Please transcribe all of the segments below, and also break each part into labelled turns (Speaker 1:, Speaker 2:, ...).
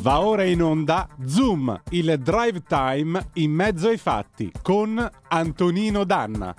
Speaker 1: Va ora in onda Zoom, il drive time in mezzo ai fatti con Antonino Danna.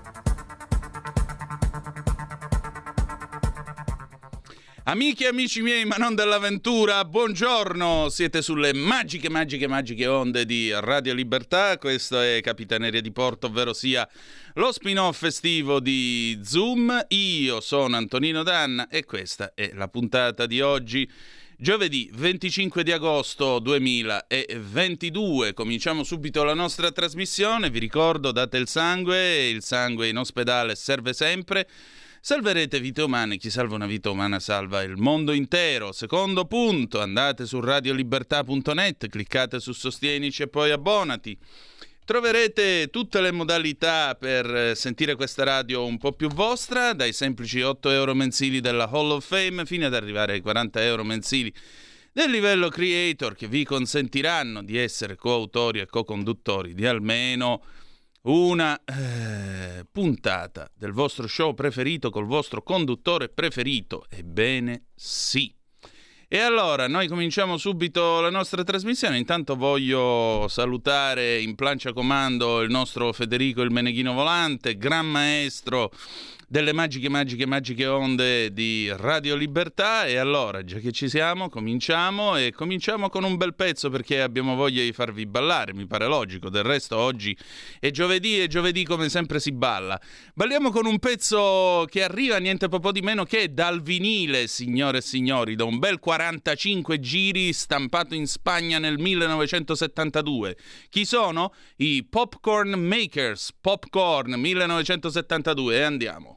Speaker 2: Amiche e amici miei, ma non dell'avventura, buongiorno! Siete sulle magiche onde di Radio Libertà. Questo è Capitaneria di Porto, ovvero sia lo spin-off estivo di Zoom. Io sono Antonino Danna e questa è la puntata di oggi. Giovedì 25 di agosto 2022, cominciamo subito la nostra trasmissione. Vi ricordo, date il sangue in ospedale serve sempre. Salverete vite umane, chi salva una vita umana salva il mondo intero. Secondo punto, andate su radiolibertà.net, cliccate su Sostienici e poi abbonati. Troverete tutte le modalità per sentire questa radio un po' più vostra, dai semplici 8 euro mensili della Hall of Fame fino ad arrivare ai 40 euro mensili del livello creator, che vi consentiranno di essere coautori e co-conduttori di almeno una puntata del vostro show preferito col vostro conduttore preferito. Ebbene sì. E allora, noi cominciamo subito la nostra trasmissione. Intanto voglio salutare in plancia comando il nostro Federico il Meneghino Volante, gran maestro delle magiche onde di Radio Libertà. E allora, già che ci siamo, cominciamo con un bel pezzo, perché abbiamo voglia di farvi ballare, mi pare logico. Del resto oggi è giovedì come sempre si balla. Balliamo con un pezzo che arriva niente po' di meno che dal vinile, signore e signori, da un bel 45 giri stampato in Spagna nel 1972. Chi sono? I Popcorn Makers, Popcorn 1972, e andiamo.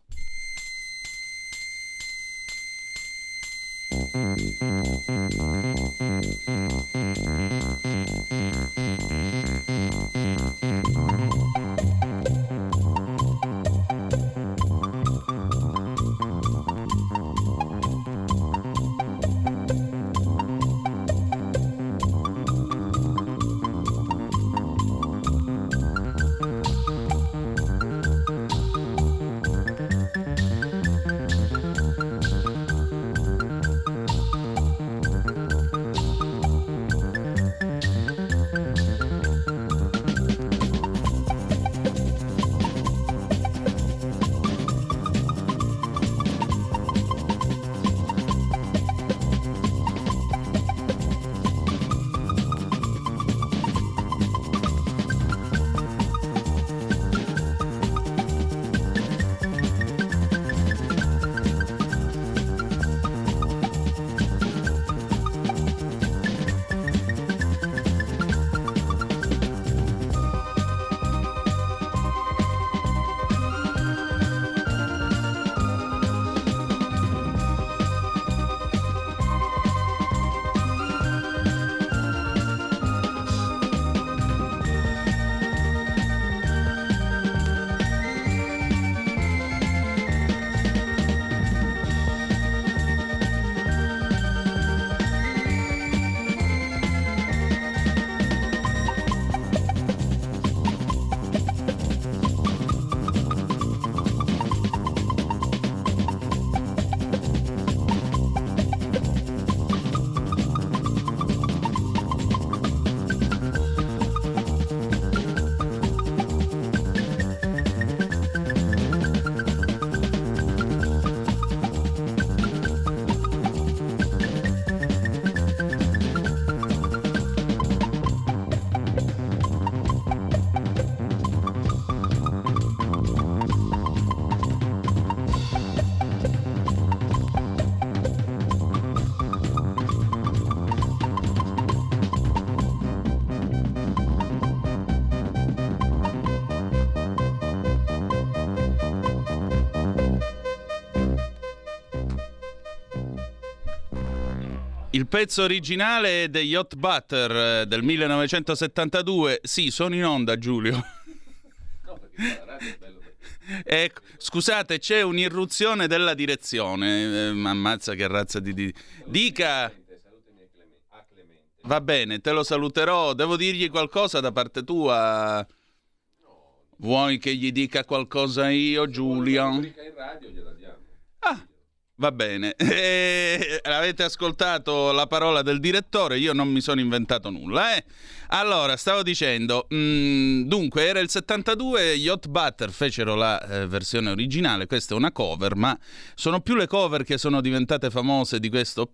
Speaker 2: Il pezzo originale è degli Hot Butter del 1972. Sì, sono in onda, Giulio.
Speaker 3: No, perché la radio è bello.
Speaker 2: Ecco, scusate, c'è un'irruzione della direzione. Ammazza che razza di... Dica...
Speaker 3: Salutami a Clemente.
Speaker 2: Va bene, te lo saluterò. Devo dirgli qualcosa da parte tua? Vuoi che gli dica qualcosa io, Giulio?
Speaker 3: La rubrica in radio gliela diamo.
Speaker 2: Ah, Va bene, avete ascoltato la parola del direttore, io non mi sono inventato nulla. Allora, stavo dicendo, dunque era il 72, gli Hot Butter fecero la versione originale, questa è una cover, ma sono più le cover che sono diventate famose di questo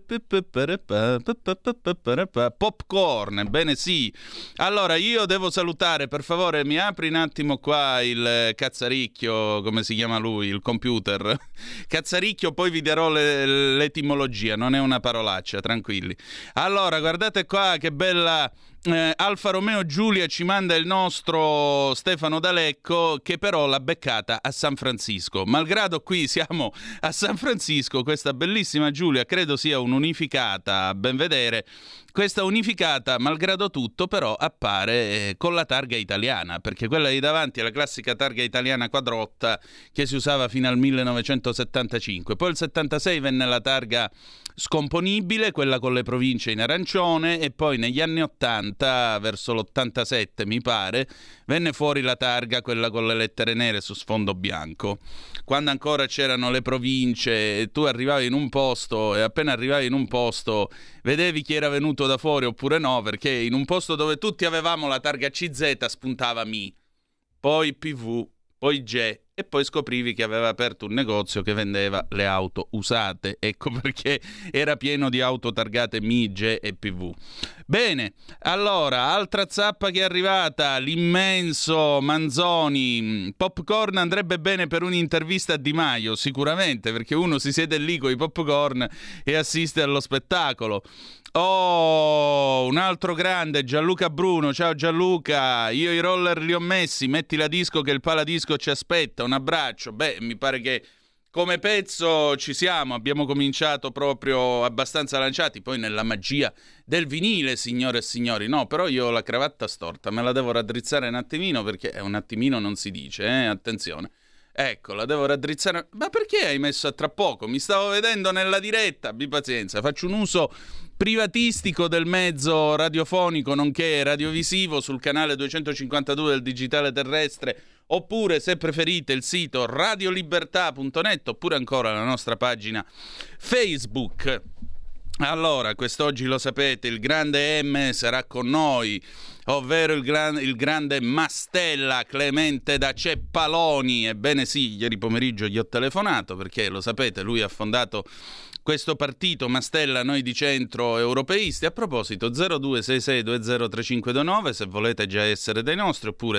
Speaker 2: Popcorn, ebbene sì. Allora, io devo salutare, per favore mi apri un attimo qua il cazzaricchio, come si chiama lui, il computer, cazzaricchio, poi vi darò l'etimologia, non è una parolaccia, tranquilli. Allora, guardate qua che bella Alfa Romeo Giulia ci manda il nostro Stefano D'Alecco, che però l'ha beccata a San Francisco. Malgrado qui siamo a San Francisco, questa bellissima Giulia credo sia un'unificata, a ben vedere. Questa unificata, malgrado tutto, però appare con la targa italiana, perché quella di davanti è la classica targa italiana quadrotta che si usava fino al 1975. Poi il 76 venne la targa scomponibile, quella con le province in arancione, e poi negli anni 80, verso l'87 mi pare, venne fuori la targa, quella con le lettere nere su sfondo bianco. Quando ancora c'erano le province e tu arrivavi in un posto, e appena arrivavi in un posto vedevi chi era venuto da fuori oppure no, perché in un posto dove tutti avevamo la targa CZ spuntava Mi, poi PV, poi Ge, e poi scoprivi che aveva aperto un negozio che vendeva le auto usate. Ecco perché era pieno di auto targate Mi, Ge e PV. Bene, allora, altra zappa che è arrivata, l'immenso Manzoni. Popcorn andrebbe bene per un'intervista a Di Maio, sicuramente, perché uno si siede lì con i popcorn e assiste allo spettacolo. Oh, un altro grande, Gianluca Bruno. Ciao Gianluca, io i roller li ho messi, metti la disco che il Paladisco ci aspetta, un abbraccio. Beh, mi pare che come pezzo ci siamo, abbiamo cominciato proprio abbastanza lanciati, poi nella magia del vinile, signore e signori. No, però io ho la cravatta storta, me la devo raddrizzare un attimino, perché un attimino non si dice, attenzione. Ecco, la devo raddrizzare. Ma perché hai messo a tra poco? Mi stavo vedendo nella diretta, abbi pazienza, faccio un uso privatistico del mezzo radiofonico nonché radiovisivo sul canale 252 del digitale terrestre, oppure se preferite il sito radiolibertà.net, oppure ancora la nostra pagina Facebook. Allora, quest'oggi lo sapete, il grande M sarà con noi, ovvero il grande Mastella Clemente da Ceppaloni. Ebbene sì, ieri pomeriggio gli ho telefonato perché, lo sapete, lui ha fondato questo partito Mastella Noi di Centro Europeisti. A proposito, 0266203529 se volete già essere dei nostri, oppure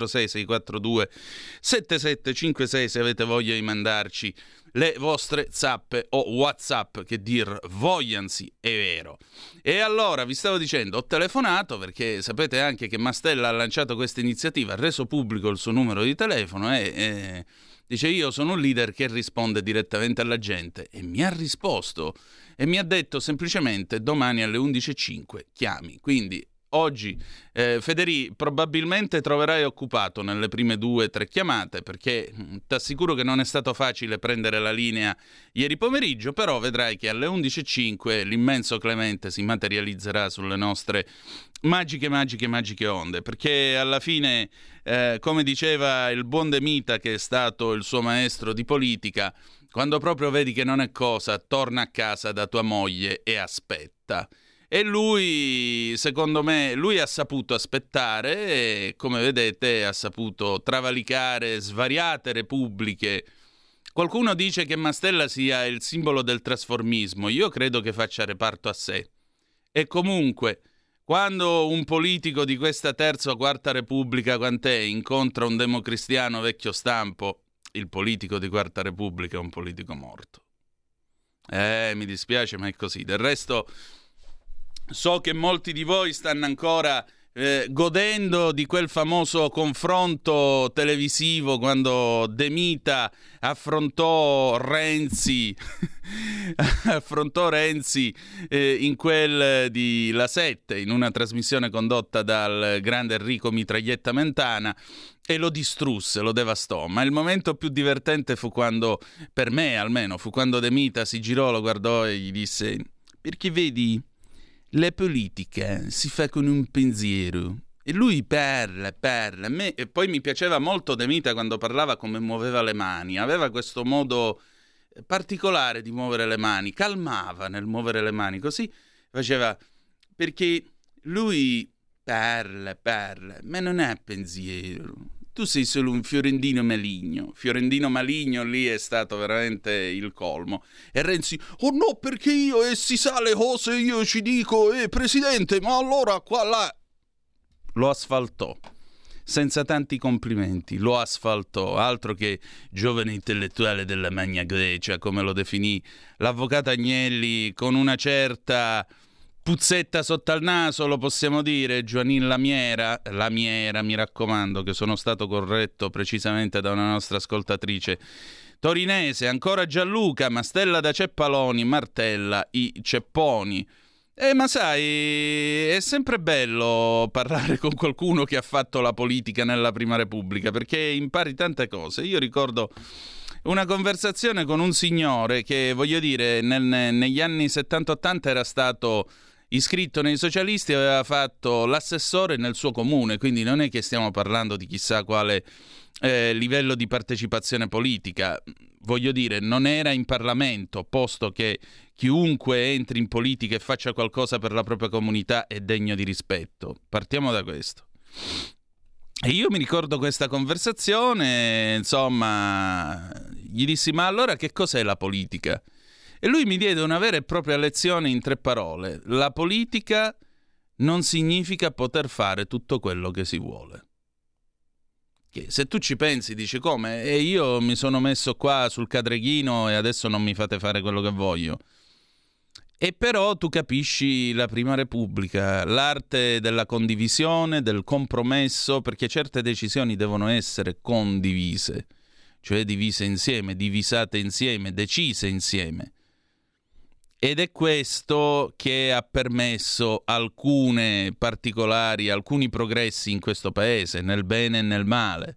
Speaker 2: 346-642-7756 se avete voglia di mandarci le vostre zappe o WhatsApp, che dir vogliansi, è vero. E allora, vi stavo dicendo, ho telefonato perché sapete anche che Mastella ha lanciato questa iniziativa, ha reso pubblico il suo numero di telefono e dice: io sono un leader che risponde direttamente alla gente, e mi ha risposto e mi ha detto semplicemente: domani alle 11:05 chiami. Quindi oggi Federico probabilmente troverai occupato nelle prime 2 o 3 chiamate, perché ti assicuro che non è stato facile prendere la linea ieri pomeriggio, però vedrai che alle 11:05 l'immenso Clemente si materializzerà sulle nostre magiche onde, perché alla fine come diceva il buon De Mita, che è stato il suo maestro di politica, quando proprio vedi che non è cosa, torna a casa da tua moglie e aspetta. E lui, secondo me, lui ha saputo aspettare e, come vedete, ha saputo travalicare svariate repubbliche. Qualcuno dice che Mastella sia il simbolo del trasformismo. Io credo che faccia reparto a sé. E comunque, quando un politico di questa terza o quarta repubblica, quant'è, incontra un democristiano vecchio stampo, il politico di quarta repubblica è un politico morto. Mi dispiace, ma è così. Del resto, so che molti di voi stanno ancora godendo di quel famoso confronto televisivo quando De Mita affrontò Renzi in quel di La 7, in una trasmissione condotta dal grande Enrico Mitraglietta Mentana, e lo distrusse, lo devastò. Ma il momento più divertente fu quando, per me almeno, fu quando De Mita si girò, lo guardò e gli disse: perché vedi, la politica si fa con un pensiero. E lui parla. A me, e poi mi piaceva molto De Mita quando parlava, come muoveva le mani. Aveva questo modo particolare di muovere le mani, calmava nel muovere le mani, così faceva, perché lui parla, ma non ha pensiero. Tu sei solo un fiorentino maligno. Fiorentino maligno lì è stato veramente il colmo. E Renzi, oh no, perché io si sa le cose, io ci dico, presidente, ma allora qua là... Lo asfaltò. Senza tanti complimenti, lo asfaltò, altro che giovane intellettuale della Magna Grecia, come lo definì l'avvocato Agnelli, con una certa puzzetta sotto al naso, lo possiamo dire, Joanin Lamiera, mi raccomando, che sono stato corretto precisamente da una nostra ascoltatrice torinese, ancora Gianluca, Mastella da Ceppaloni, martella i cepponi. Ma sai, è sempre bello parlare con qualcuno che ha fatto la politica nella Prima Repubblica, perché impari tante cose. Io ricordo una conversazione con un signore che, voglio dire, negli anni 70-80 era stato iscritto nei socialisti e aveva fatto l'assessore nel suo comune, quindi non è che stiamo parlando di chissà quale livello di partecipazione politica. Voglio dire, non era in Parlamento, posto che chiunque entri in politica e faccia qualcosa per la propria comunità è degno di rispetto. Partiamo da questo. E io mi ricordo questa conversazione, insomma, gli dissi, ma allora che cos'è la politica? E lui mi diede una vera e propria lezione in 3 parole. La politica non significa poter fare tutto quello che si vuole. Che se tu ci pensi, dici come? E io mi sono messo qua sul cadreghino e adesso non mi fate fare quello che voglio. E però tu capisci la Prima Repubblica, l'arte della condivisione, del compromesso, perché certe decisioni devono essere condivise, cioè divise insieme, divisate insieme, decise insieme. Ed è questo che ha permesso alcuni progressi in questo paese, nel bene e nel male.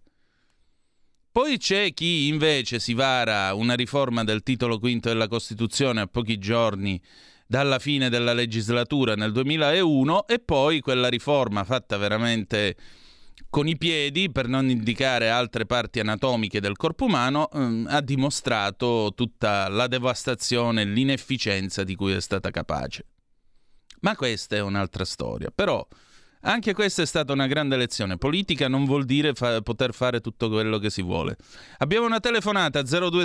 Speaker 2: Poi c'è chi invece si vara una riforma del titolo quinto della Costituzione a pochi giorni dalla fine della legislatura nel 2001 e poi quella riforma fatta veramente con i piedi, per non indicare altre parti anatomiche del corpo umano, ha dimostrato tutta la devastazione e l'inefficienza di cui è stata capace. Ma questa è un'altra storia. Però anche questa è stata una grande lezione. Politica non vuol dire poter fare tutto quello che si vuole. Abbiamo una telefonata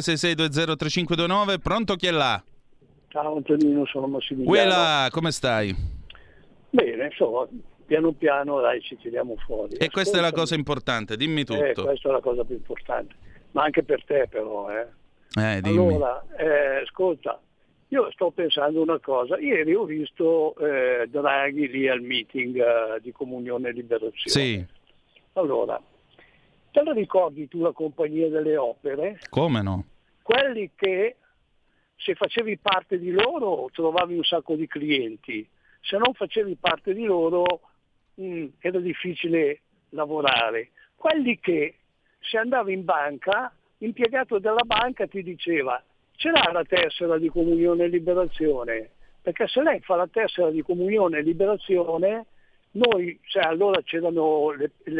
Speaker 2: 0266203529. Pronto, chi è là?
Speaker 4: Ciao Antonino, sono Massimiliano.
Speaker 2: Uela, come stai?
Speaker 4: Bene, insomma, piano piano dai, ci tiriamo fuori.
Speaker 2: E questa è la cosa importante, dimmi tutto.
Speaker 4: Questa è la cosa più importante, ma anche per te però.
Speaker 2: Dimmi.
Speaker 4: Allora, ascolta, io sto pensando una cosa. Ieri ho visto Draghi lì al meeting di Comunione e Liberazione.
Speaker 2: Sì.
Speaker 4: Allora, te la ricordi tu la Compagnia delle Opere?
Speaker 2: Come no?
Speaker 4: Quelli che se facevi parte di loro trovavi un sacco di clienti, se non facevi parte di loro era difficile lavorare. Quelli che se andavi in banca, l'impiegato della banca ti diceva ce l'ha la tessera di Comunione e Liberazione, perché se lei fa la tessera di Comunione e Liberazione, noi, allora c'erano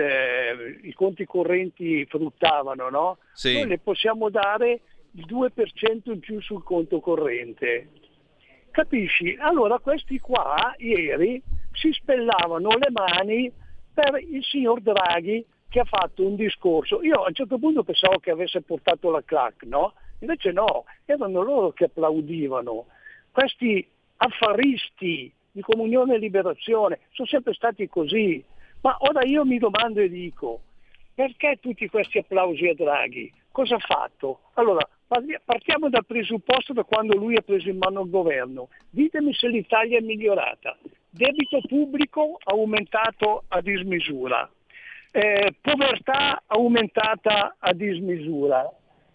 Speaker 4: i conti correnti fruttavano, no?
Speaker 2: Sì.
Speaker 4: Noi le possiamo dare il 2% in più sul conto corrente. Capisci? Allora questi qua ieri si spellavano le mani per il signor Draghi che ha fatto un discorso. Io a un certo punto pensavo che avesse portato la clac, no? Invece no, erano loro che applaudivano. Questi affaristi di Comunione e Liberazione sono sempre stati così. Ma ora io mi domando e dico, perché tutti questi applausi a Draghi? Cosa ha fatto? Allora, partiamo dal presupposto da quando lui ha preso in mano il governo. Ditemi se l'Italia è migliorata. Debito pubblico aumentato a dismisura. Povertà aumentata a dismisura.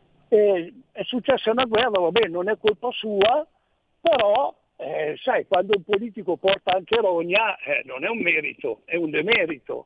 Speaker 4: È successa una guerra, vabbè, non è colpa sua, però sai, quando un politico porta anche rogna, non è un merito, è un demerito.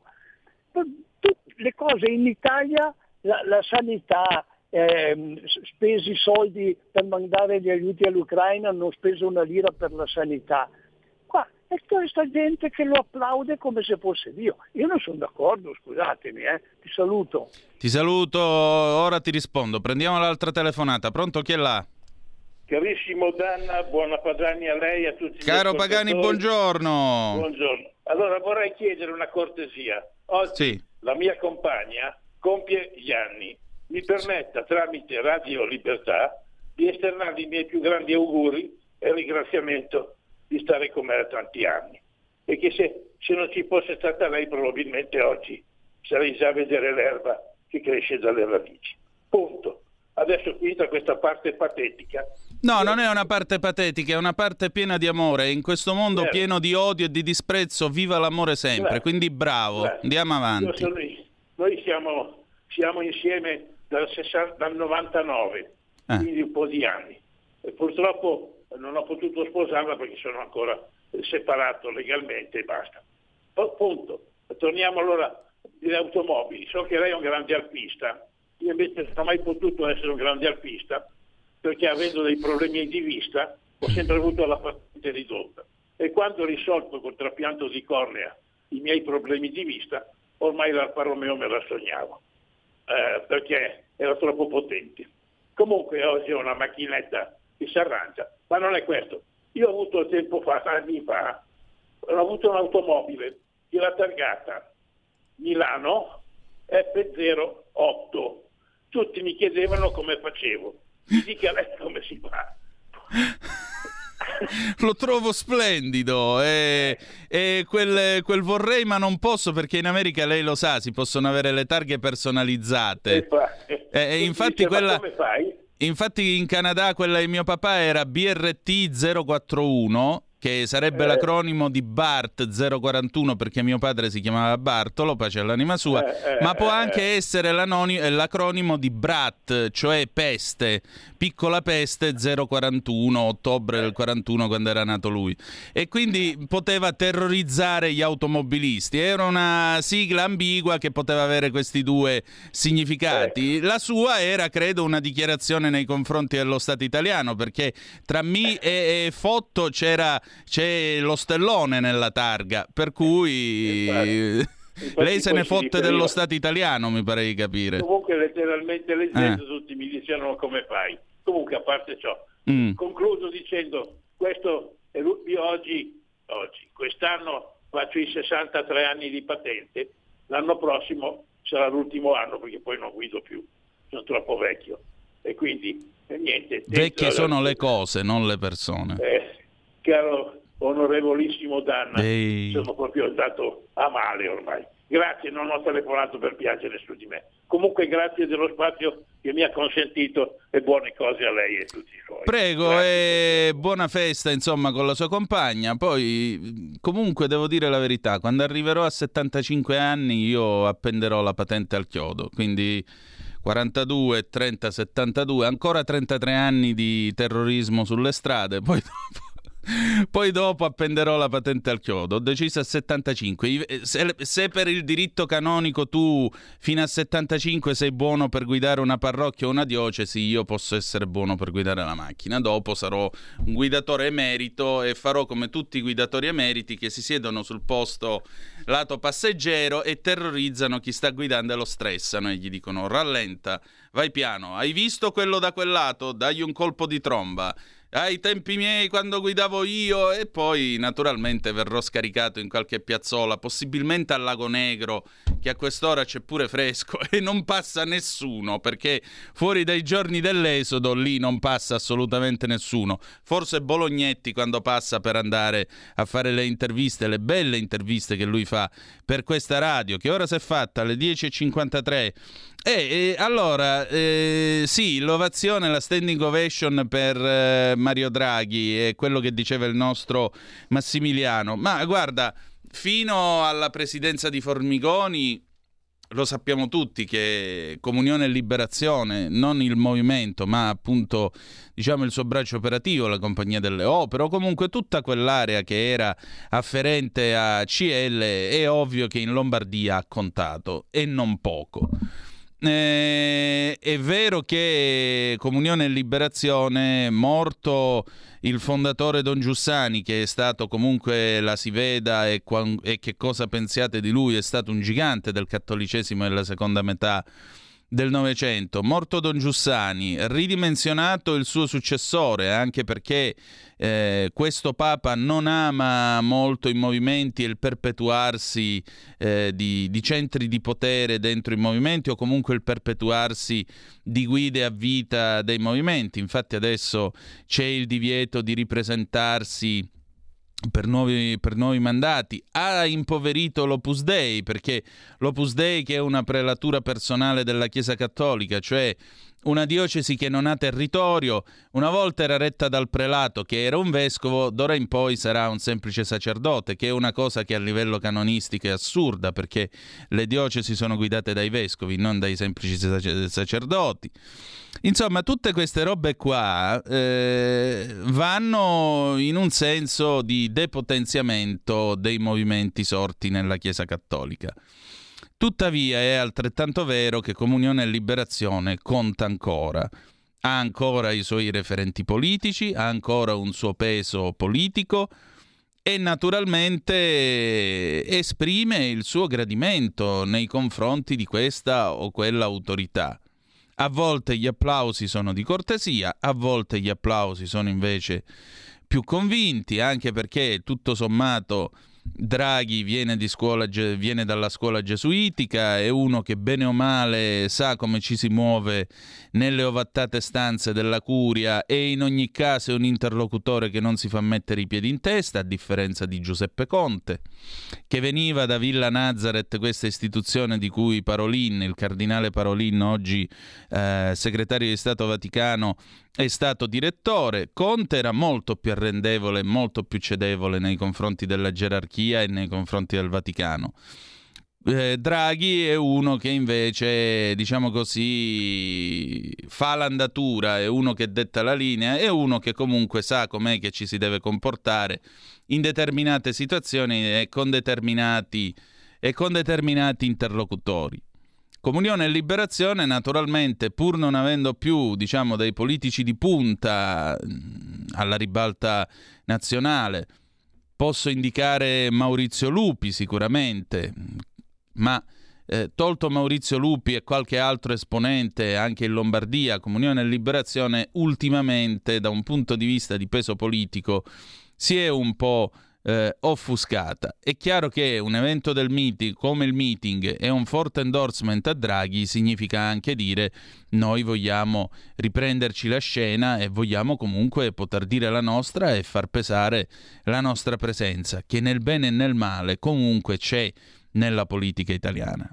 Speaker 4: Le cose in Italia, la sanità, spesi soldi per mandare gli aiuti all'Ucraina, non speso una lira per la sanità. Qua è questa gente che lo applaude come se fosse Dio. Io non sono d'accordo, scusatemi, ti saluto.
Speaker 2: Ti saluto, ora ti rispondo. Prendiamo l'altra telefonata. Pronto, chi è là?
Speaker 5: Carissimo Danna, buona Pagani a lei e a tutti.
Speaker 2: Caro Pagani, buongiorno.
Speaker 5: Buongiorno. Allora vorrei chiedere una cortesia. Oggi la mia compagna compie gli anni. Mi permetta tramite Radio Libertà di esternare i miei più grandi auguri e ringraziamento di stare con me da tanti anni. E che se non ci fosse stata lei probabilmente oggi sarei già a vedere l'erba che cresce dalle radici. Punto. Adesso finita questa parte patetica.
Speaker 2: No, non è una parte patetica, è una parte piena di amore. In questo mondo pieno di odio e di disprezzo, viva l'amore sempre. Quindi bravo, andiamo avanti.
Speaker 5: Noi siamo insieme dal 99, quindi un po' di anni. E purtroppo non ho potuto sposarla perché sono ancora separato legalmente e basta. Punto. Torniamo allora alle automobili. So che lei è un grande alpista. Io invece non ho mai potuto essere un grande alpista perché avendo dei problemi di vista ho sempre avuto la patente ridotta e quando ho risolto col trapianto di cornea i miei problemi di vista ormai l'Alfa Romeo me la sognavo perché era troppo potente. Comunque oggi ho una macchinetta che si arrangia, ma non è questo. Io ho avuto tempo fa, anni fa, ho avuto un'automobile che era targata Milano F08. Tutti mi chiedevano come facevo. Mi dica lei come si fa.
Speaker 2: Lo trovo splendido e quel vorrei ma non posso, perché in America lei lo sa, si possono avere le targhe personalizzate. Infatti quella, come fai? Infatti in Canada quella di mio papà era BRT 041, che sarebbe l'acronimo di BART 041 perché mio padre si chiamava Bartolo, pace all'anima sua, ma può anche essere l'acronimo di BRAT, cioè peste, piccola peste 041, ottobre del 41 quando era nato lui, e quindi poteva terrorizzare gli automobilisti. Era una sigla ambigua che poteva avere questi due significati. La sua era, credo, una dichiarazione nei confronti dello Stato italiano, perché tra me e Fotto c'è lo stellone nella targa, per cui lei se ne fotte dello Stato italiano, mi pare di capire.
Speaker 5: Comunque letteralmente leggendo tutti mi dicevano come fai. Comunque a parte ciò, concludo dicendo questo è io oggi, quest'anno faccio i 63 anni di patente, l'anno prossimo sarà l'ultimo anno perché poi non guido più, sono troppo vecchio e quindi niente.
Speaker 2: Vecchie sono le cose, non le persone.
Speaker 5: Caro onorevolissimo Danna, sono proprio andato a male ormai. Grazie, non ho telefonato per piangere su di me. Comunque grazie dello spazio che mi ha consentito e buone cose a lei e a tutti i suoi.
Speaker 2: Prego, e buona festa insomma con la sua compagna. Poi comunque devo dire la verità, quando arriverò a 75 anni io appenderò la patente al chiodo, quindi 42, 30, 72, ancora 33 anni di terrorismo sulle strade, poi dopo appenderò la patente al chiodo. Ho deciso a 75. Se per il diritto canonico tu fino a 75 sei buono per guidare una parrocchia o una diocesi, io posso essere buono per guidare la macchina. Dopo sarò un guidatore emerito e farò come tutti i guidatori emeriti che si siedono sul posto lato passeggero e terrorizzano chi sta guidando e lo stressano e gli dicono: rallenta, vai piano, hai visto quello da quel lato? Dagli un colpo di tromba. Ai tempi miei quando guidavo io. E poi naturalmente verrò scaricato in qualche piazzola, possibilmente al Lago Negro, che a quest'ora c'è pure fresco e non passa nessuno, perché fuori dai giorni dell'esodo lì non passa assolutamente nessuno. Forse Bolognetti quando passa per andare a fare le interviste, le belle interviste che lui fa per questa radio, che ora si è fatta alle 10:53. Allora, sì, l'ovazione, la standing ovation per Mario Draghi è quello che diceva il nostro Massimiliano. Ma guarda, fino alla presidenza di Formigoni lo sappiamo tutti che Comunione e Liberazione, non il movimento, ma appunto diciamo il suo braccio operativo, la Compagnia delle Opere, o comunque tutta quell'area che era afferente a CL, è ovvio che in Lombardia ha contato, e non poco. È vero che Comunione e Liberazione, morto il fondatore Don Giussani, che è stato comunque, la si veda e che cosa pensiate di lui, è stato un gigante del cattolicesimo della seconda metà del Novecento, morto Don Giussani, ridimensionato il suo successore, anche perché questo Papa non ama molto i movimenti e il perpetuarsi di centri di potere dentro i movimenti, o comunque il perpetuarsi di guide a vita dei movimenti. Infatti adesso c'è il divieto di ripresentarsi per nuovi mandati. Ha impoverito l'Opus Dei, perché l'Opus Dei, che è una prelatura personale della Chiesa Cattolica, cioè una diocesi che non ha territorio, una volta era retta dal prelato che era un vescovo, d'ora in poi sarà un semplice sacerdote, che è una cosa che a livello canonistico è assurda, perché le diocesi sono guidate dai vescovi, non dai semplici sacerdoti. Insomma, tutte queste robe qua vanno in un senso di depotenziamento dei movimenti sorti nella Chiesa Cattolica. Tuttavia è altrettanto vero che Comunione e Liberazione conta ancora. Ha ancora i suoi referenti politici, ha ancora un suo peso politico e naturalmente esprime il suo gradimento nei confronti di questa o quella autorità. A volte gli applausi sono di cortesia, a volte gli applausi sono invece più convinti, anche perché tutto sommato Draghi viene dalla scuola gesuitica, è uno che bene o male sa come ci si muove nelle ovattate stanze della curia e in ogni caso è un interlocutore che non si fa mettere i piedi in testa, a differenza di Giuseppe Conte, che veniva da Villa Nazareth, questa istituzione di cui Parolin, il cardinale Parolin, oggi segretario di Stato Vaticano, è stato direttore. Conte era molto più arrendevole, molto più cedevole nei confronti della gerarchia e nei confronti del Vaticano. Draghi è uno che invece, diciamo così, fa l'andatura, è uno che detta la linea, è uno che comunque sa com'è che ci si deve comportare in determinate situazioni e con determinati interlocutori. Comunione e Liberazione, naturalmente, pur non avendo più, diciamo, dei politici di punta alla ribalta nazionale, posso indicare Maurizio Lupi sicuramente, ma tolto Maurizio Lupi e qualche altro esponente anche in Lombardia, Comunione e Liberazione ultimamente, da un punto di vista di peso politico, si è un po' offuscata. È chiaro che un evento del meeting come il meeting è un forte endorsement a Draghi, significa anche dire noi vogliamo riprenderci la scena e vogliamo comunque poter dire la nostra e far pesare la nostra presenza, che nel bene e nel male comunque c'è nella politica italiana.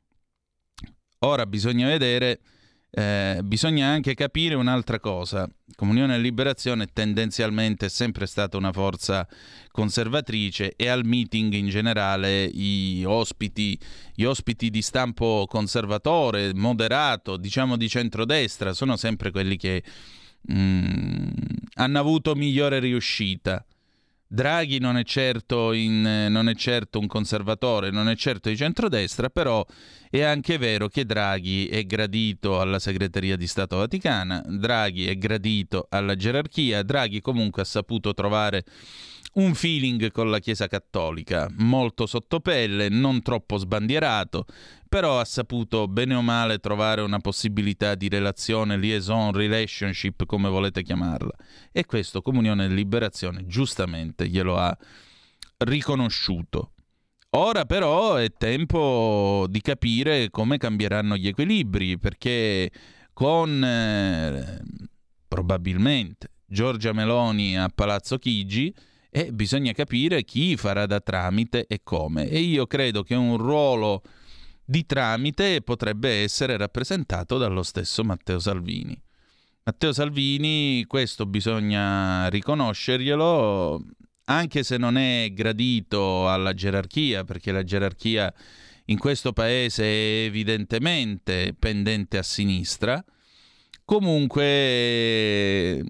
Speaker 2: Ora bisogna vedere, bisogna anche capire un'altra cosa. Comunione e Liberazione tendenzialmente è sempre stata una forza conservatrice e al meeting in generale gli ospiti di stampo conservatore, moderato, diciamo di centrodestra, sono sempre quelli che hanno avuto migliore riuscita. Draghi non è certo un conservatore, non è certo di centrodestra, però è anche vero che Draghi è gradito alla segreteria di Stato Vaticana, Draghi è gradito alla gerarchia, Draghi comunque ha saputo trovare un feeling con la Chiesa Cattolica, molto sottopelle, non troppo sbandierato, però ha saputo bene o male trovare una possibilità di relazione, liaison, relationship, come volete chiamarla. E questo Comunione e Liberazione giustamente glielo ha riconosciuto. Ora però è tempo di capire come cambieranno gli equilibri, perché con probabilmente Giorgia Meloni a Palazzo Chigi bisogna capire chi farà da tramite e come. E io credo che un ruolo di tramite potrebbe essere rappresentato dallo stesso Matteo Salvini. Matteo Salvini, questo bisogna riconoscerglielo, anche se non è gradito alla gerarchia, perché la gerarchia in questo paese è evidentemente pendente a sinistra, comunque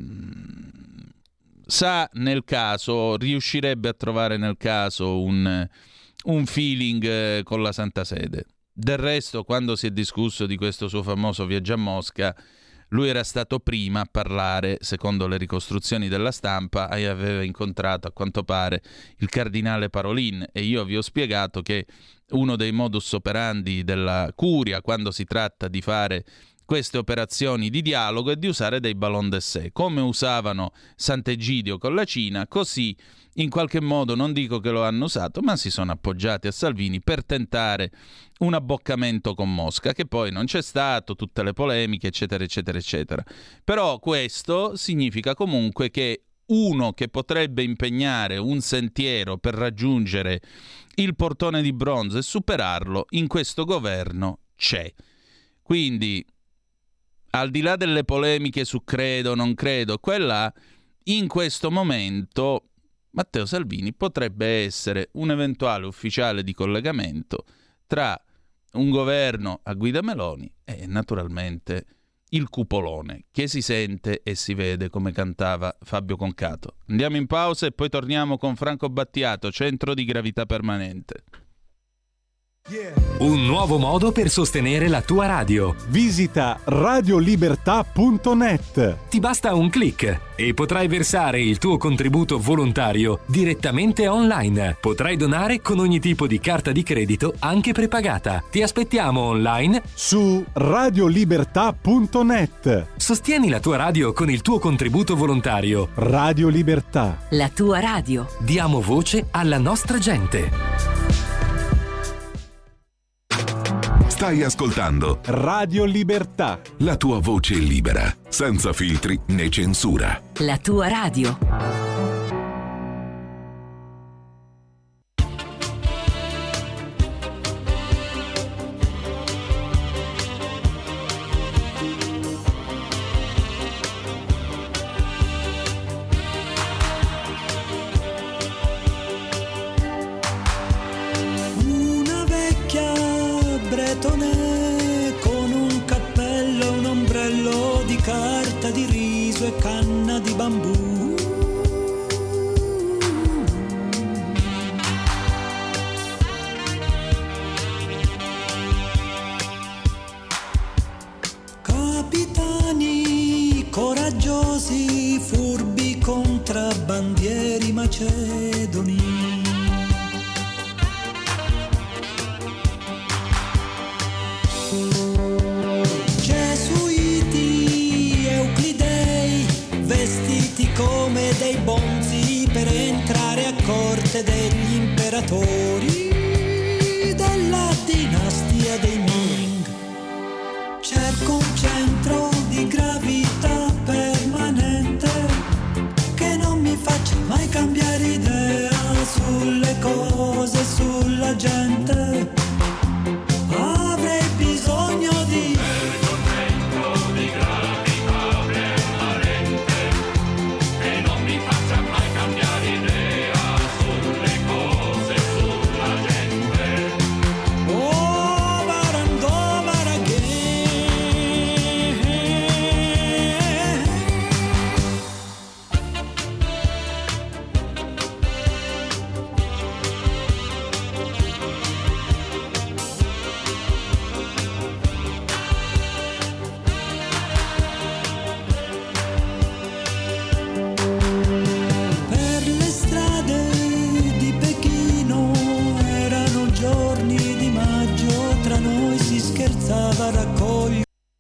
Speaker 2: sa nel caso, riuscirebbe a trovare nel caso un feeling con la Santa Sede. Del resto, quando si è discusso di questo suo famoso viaggio a Mosca, Lui era stato prima a parlare, secondo le ricostruzioni della stampa, e aveva incontrato a quanto pare il cardinale Parolin, e io vi ho spiegato che uno dei modus operandi della curia quando si tratta di fare queste operazioni di dialogo è di usare dei ballon d'essai, come usavano Sant'Egidio con la Cina, così in qualche modo, non dico che lo hanno usato, ma si sono appoggiati a Salvini per tentare un abboccamento con Mosca, che poi non c'è stato, tutte le polemiche, eccetera, eccetera, eccetera. Però questo significa comunque che uno che potrebbe impegnare un sentiero per raggiungere il portone di bronzo e superarlo, in questo governo c'è. Quindi, al di là delle polemiche su credo, non credo, quella in questo momento Matteo Salvini potrebbe essere un eventuale ufficiale di collegamento tra un governo a guida Meloni e naturalmente il cupolone, che si sente e si vede, come cantava Fabio Concato. Andiamo in pausa e poi torniamo con Franco Battiato, Centro di Gravità Permanente.
Speaker 6: Un nuovo modo per sostenere la tua radio.
Speaker 1: Visita radiolibertà.net.
Speaker 6: Ti basta un click e potrai versare il tuo contributo volontario direttamente online. Potrai donare con ogni tipo di carta di credito, anche prepagata. Ti aspettiamo online
Speaker 1: su radiolibertà.net.
Speaker 6: Sostieni la tua radio con il tuo contributo volontario.
Speaker 1: Radio Libertà.
Speaker 7: La tua radio.
Speaker 6: Diamo voce alla nostra gente.
Speaker 8: Stai ascoltando
Speaker 1: Radio Libertà.
Speaker 8: La tua voce libera, senza filtri né censura.
Speaker 7: La tua radio.
Speaker 9: Con un cappello e un ombrello di carta di riso e canna di bambù. Capitani coraggiosi, furbi contrabbandieri macedoni. Gesuiti, euclidei, vestiti come dei bonzi per entrare a corte degli imperatori della dinastia dei Ming. Cerco un centro di gravità permanente che non mi faccia mai cambiare idea sulle cose, sulla gente. Avrei bisogno di gravità permanente che non mi faccia mai cambiare idea sulle cose, sulla gente. Over and over again. Per le strade di Pechino erano giorni di maggio, tra noi si scherzava a raccogliere.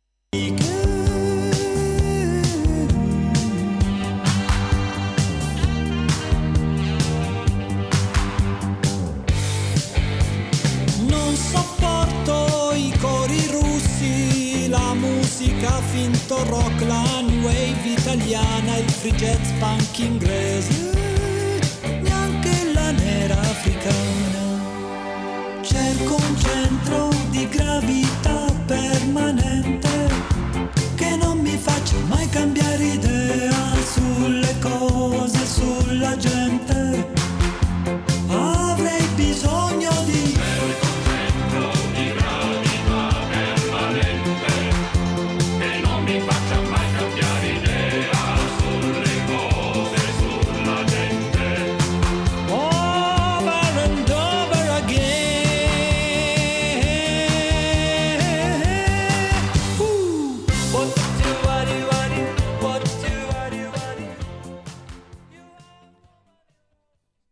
Speaker 9: Non sopporto i cori russi, la musica finto rock, la new wave italiana, il free jazz punk inglese, neanche la nera africana. Cerco un centro di gravità permanente che non mi faccia mai cambiare idea sulle cose, sulla gente. Avrei bisogno di over and over again.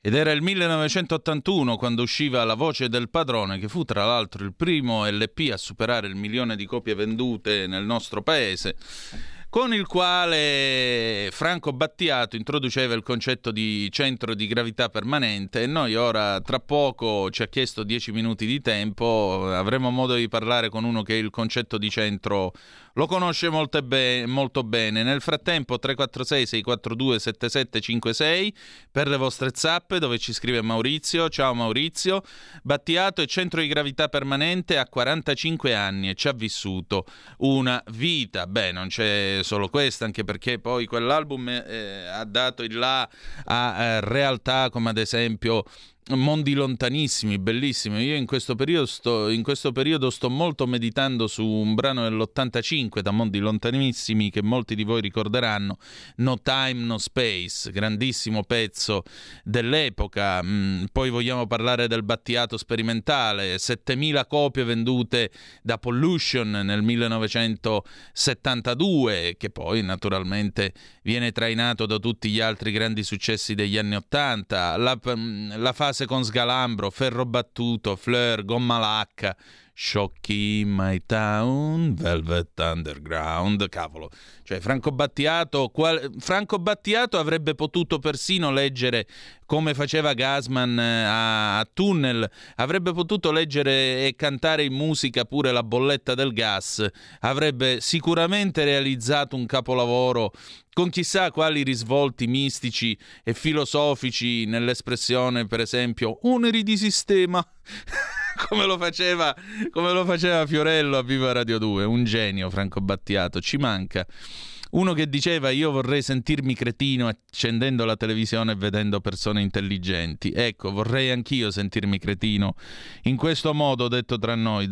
Speaker 2: ed era il 1981 quando usciva La voce del padrone, che fu tra l'altro il primo LP a superare il 1 milione di copie vendute nel nostro paese, con il quale Franco Battiato introduceva il concetto di centro di gravità permanente. E noi ora, tra poco, ci ha chiesto 10 minuti di tempo, avremo modo di parlare con uno che il concetto di centro lo conosce molto bene. Nel frattempo 346-642-7756 per le vostre zappe, dove ci scrive Maurizio. Ciao Maurizio. Battiato è centro di gravità permanente a 45 anni e ci ha vissuto una vita. Beh, non c'è solo questo, anche perché poi quell'album ha dato il là a realtà come ad esempio Mondi lontanissimi, bellissimi. Io in questo periodo sto molto meditando su un brano dell'85 da Mondi lontanissimi che molti di voi ricorderanno, No Time No Space, grandissimo pezzo dell'epoca. Poi vogliamo parlare del Battiato sperimentale, 7.000 copie vendute da Pollution nel 1972, che poi naturalmente viene trainato da tutti gli altri grandi successi degli anni 80, la fase con Sgalambro, Ferro battuto, Fleur, Gomma lacca, Sciocchi in My Town, Velvet Underground, cavolo. Cioè Franco Battiato avrebbe potuto persino leggere, come faceva Gassman a Tunnel, avrebbe potuto leggere e cantare in musica pure La bolletta del gas, avrebbe sicuramente realizzato un capolavoro con chissà quali risvolti mistici e filosofici nell'espressione, per esempio, oneri di sistema, come lo faceva Fiorello a Viva Radio 2, un genio Franco Battiato, ci manca. Uno che diceva io vorrei sentirmi cretino accendendo la televisione e vedendo persone intelligenti. Ecco, vorrei anch'io sentirmi cretino in questo modo, detto tra noi.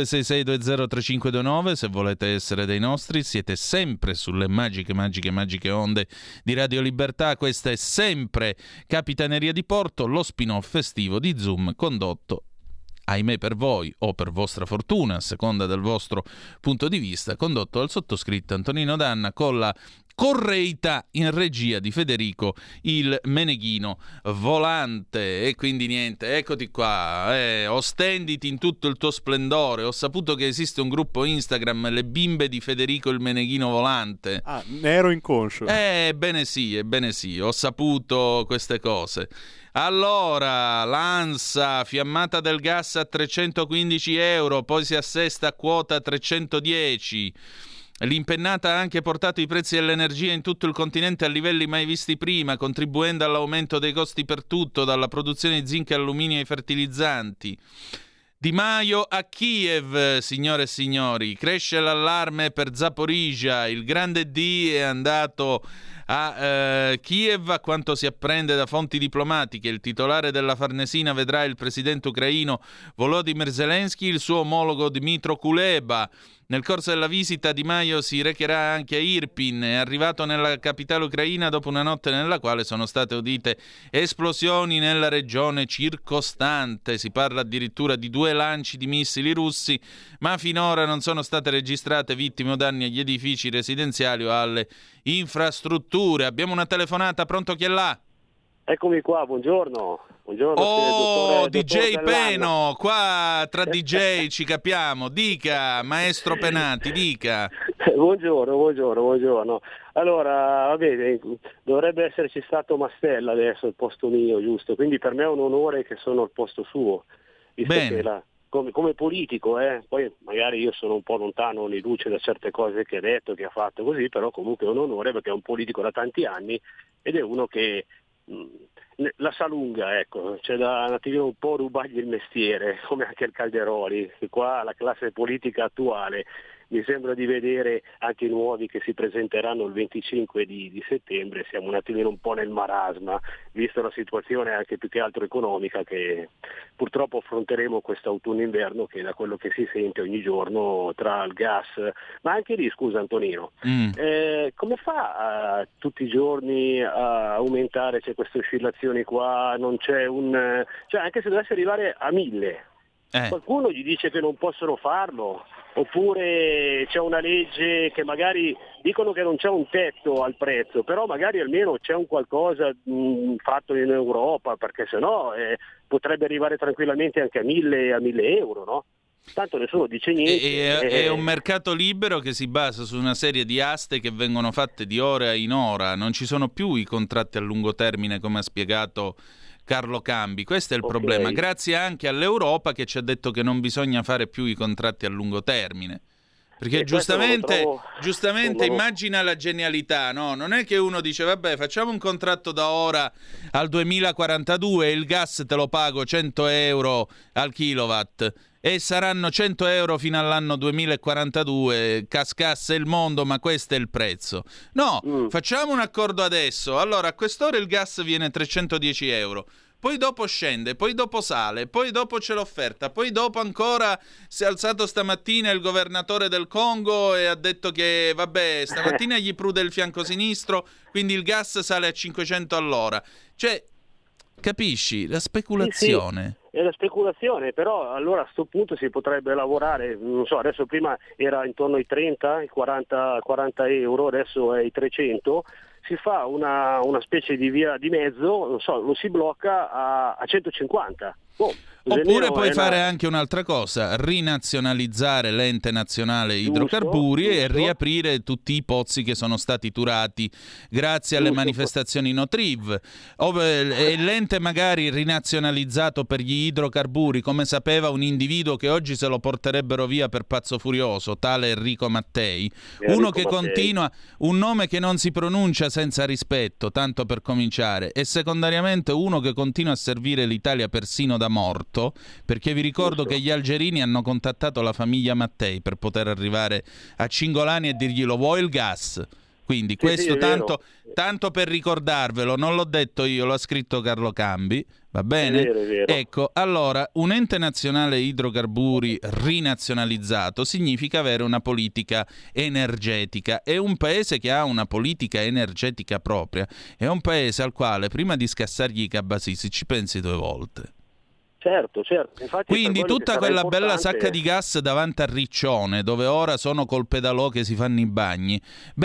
Speaker 2: 0266203529, se volete essere dei nostri, siete sempre sulle magiche onde di Radio Libertà. Questa è sempre Capitaneria di Porto, lo spin-off festivo di Zoom condotto, ahimè per voi o per vostra fortuna, a seconda del vostro punto di vista, condotto dal sottoscritto Antonino Danna con la correità in regia di Federico il Meneghino Volante. E quindi niente, eccoti qua, ostenditi in tutto il tuo splendore. Ho saputo che esiste un gruppo Instagram, Le bimbe di Federico il Meneghino Volante.
Speaker 1: Ah, ne ero inconscio.
Speaker 2: Ebbene sì, ho saputo queste cose. Allora, l'ANSA, fiammata del gas a 315 euro, poi si assesta a quota 310. L'impennata ha anche portato i prezzi dell'energia in tutto il continente a livelli mai visti prima, contribuendo all'aumento dei costi per tutto, dalla produzione di zinco e alluminio ai fertilizzanti. Di Maio a Kiev, signore e signori, cresce l'allarme per Zaporizhzhia, il grande D è andato a Kiev, a quanto si apprende da fonti diplomatiche. Il titolare della Farnesina vedrà il presidente ucraino Volodymyr Zelensky, il suo omologo Dmytro Kuleba. Nel corso della visita Di Maio si recherà anche a Irpin, è arrivato nella capitale ucraina dopo una notte nella quale sono state udite esplosioni nella regione circostante. Si parla addirittura di 2 lanci di missili russi, ma finora non sono state registrate vittime o danni agli edifici residenziali o alle infrastrutture. Abbiamo una telefonata, pronto, chi è là?
Speaker 10: Eccomi qua, buongiorno.
Speaker 2: Oh, DJ Peno, qua tra DJ ci capiamo. Dica, maestro Penati, dica.
Speaker 10: Buongiorno. Allora, va bene, dovrebbe esserci stato Mastella adesso al posto mio, giusto? Quindi per me è un onore che sono al posto suo.
Speaker 2: Bene.
Speaker 10: Come politico, poi magari io sono un po' lontano nei luce da certe cose che ha detto, che ha fatto così, però comunque è un onore perché è un politico da tanti anni ed è uno che la sa lunga, ecco, c'è da un po' rubargli il mestiere, come anche il Calderoli, che qua la classe politica attuale mi sembra di vedere anche i nuovi che si presenteranno il 25 di settembre, siamo un po' nel marasma, visto la situazione anche più che altro economica che purtroppo affronteremo quest'autunno-inverno, che da quello che si sente ogni giorno tra il gas, ma anche lì, scusa Antonino, come fa tutti i giorni a aumentare, c'è queste oscillazioni qua, non c'è cioè anche se dovesse arrivare a 1000, qualcuno gli dice che non possono farlo, oppure c'è una legge che magari dicono che non c'è un tetto al prezzo, però magari almeno c'è un qualcosa fatto in Europa, perché sennò potrebbe arrivare tranquillamente anche a 1.000 euro, no? Tanto nessuno dice niente.
Speaker 2: È un mercato libero che si basa su una serie di aste che vengono fatte di ora in ora, non ci sono più i contratti a lungo termine come ha spiegato Carlo Cambi. Questo è il problema, grazie anche all'Europa che ci ha detto che non bisogna fare più i contratti a lungo termine. Perché giustamente immagina la genialità, no? Non è che uno dice vabbè facciamo un contratto da ora al 2042 e il gas te lo pago 100 euro al kilowatt e saranno 100 euro fino all'anno 2042, cascasse il mondo, ma questo è il prezzo. No, facciamo un accordo adesso, allora a quest'ora il gas viene 310 euro. Poi dopo scende, poi dopo sale, poi dopo c'è l'offerta, poi dopo ancora si è alzato stamattina il governatore del Congo e ha detto che vabbè, stamattina gli prude il fianco sinistro, quindi il gas sale a 500 all'ora. Cioè, capisci? La speculazione.
Speaker 10: Sì. È la speculazione, però allora a questo punto si potrebbe lavorare, non so, adesso prima era intorno ai 30, ai 40 euro, adesso è ai 300, si fa una specie di via di mezzo, non so, lo si blocca a 150.
Speaker 2: Oppure puoi fare anche un'altra cosa, rinazionalizzare l'ente nazionale idrocarburi e riaprire tutti i pozzi che sono stati turati grazie alle manifestazioni no TRIV. E l'ente magari rinazionalizzato per gli idrocarburi, come sapeva un individuo che oggi se lo porterebbero via per pazzo furioso, tale Enrico Mattei, continua, un nome che non si pronuncia senza rispetto, tanto per cominciare, e secondariamente uno che continua a servire l'Italia persino da morto, perché vi ricordo che gli algerini hanno contattato la famiglia Mattei per poter arrivare a Cingolani e dirgli lo vuoi il gas? Quindi questo tanto per ricordarvelo, non l'ho detto io, l'ha scritto Carlo Cambi, va bene?
Speaker 10: È vero.
Speaker 2: Ecco, allora, un ente nazionale idrocarburi rinazionalizzato significa avere una politica energetica, e un paese che ha una politica energetica propria è un paese al quale prima di scassargli i cabasisi ci pensi 2 volte.
Speaker 10: Certo. Infatti,
Speaker 2: quindi tutta quella bella sacca di gas davanti a Riccione, dove ora sono col pedalò che si fanno i bagni,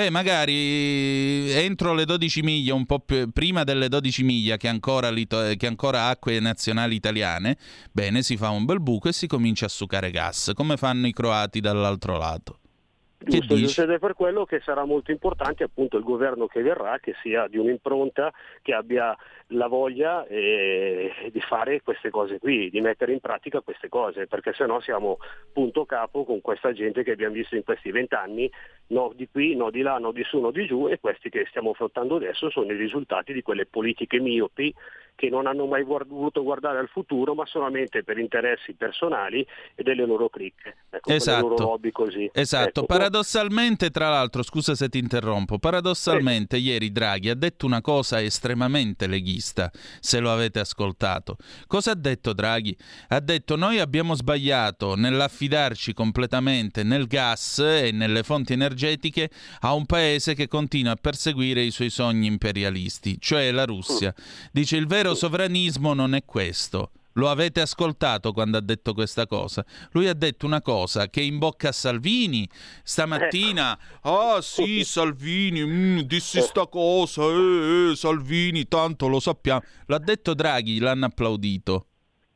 Speaker 2: magari entro le 12 miglia, un po' più prima delle 12 miglia che ancora acque nazionali italiane, bene, si fa un bel buco e si comincia a sucare gas, come fanno i croati dall'altro lato.
Speaker 10: Giusto, ed è per quello che sarà molto importante appunto il governo che verrà, che sia di un'impronta, che abbia la voglia di fare queste cose qui, di mettere in pratica queste cose, perché sennò siamo punto capo con questa gente che abbiamo visto in questi 20 anni, no di qui, no di là, no di su, no di giù, e questi che stiamo affrontando adesso sono i risultati di quelle politiche miopi che non hanno mai voluto guardare al futuro, ma solamente per interessi personali e delle loro cricche,
Speaker 2: esatto.
Speaker 10: Le loro lobby così.
Speaker 2: Esatto, paradossalmente, tra l'altro, scusa se ti interrompo, paradossalmente ieri Draghi ha detto una cosa estremamente leghista, se lo avete ascoltato. Cosa ha detto Draghi? Ha detto: noi abbiamo sbagliato nell'affidarci completamente nel gas e nelle fonti energetiche a un paese che continua a perseguire i suoi sogni imperialisti, cioè la Russia. Dice: il vero sovranismo non è questo. Lo avete ascoltato quando ha detto questa cosa? Lui ha detto una cosa che è in bocca a Salvini stamattina. Ah sì, Salvini, dissi sta cosa, Salvini, tanto lo sappiamo. L'ha detto Draghi, l'hanno applaudito.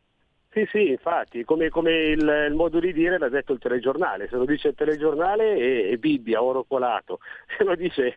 Speaker 10: Sì, infatti, come il modo di dire l'ha detto il telegiornale. Se lo dice il telegiornale è Bibbia, oro colato. Se lo dice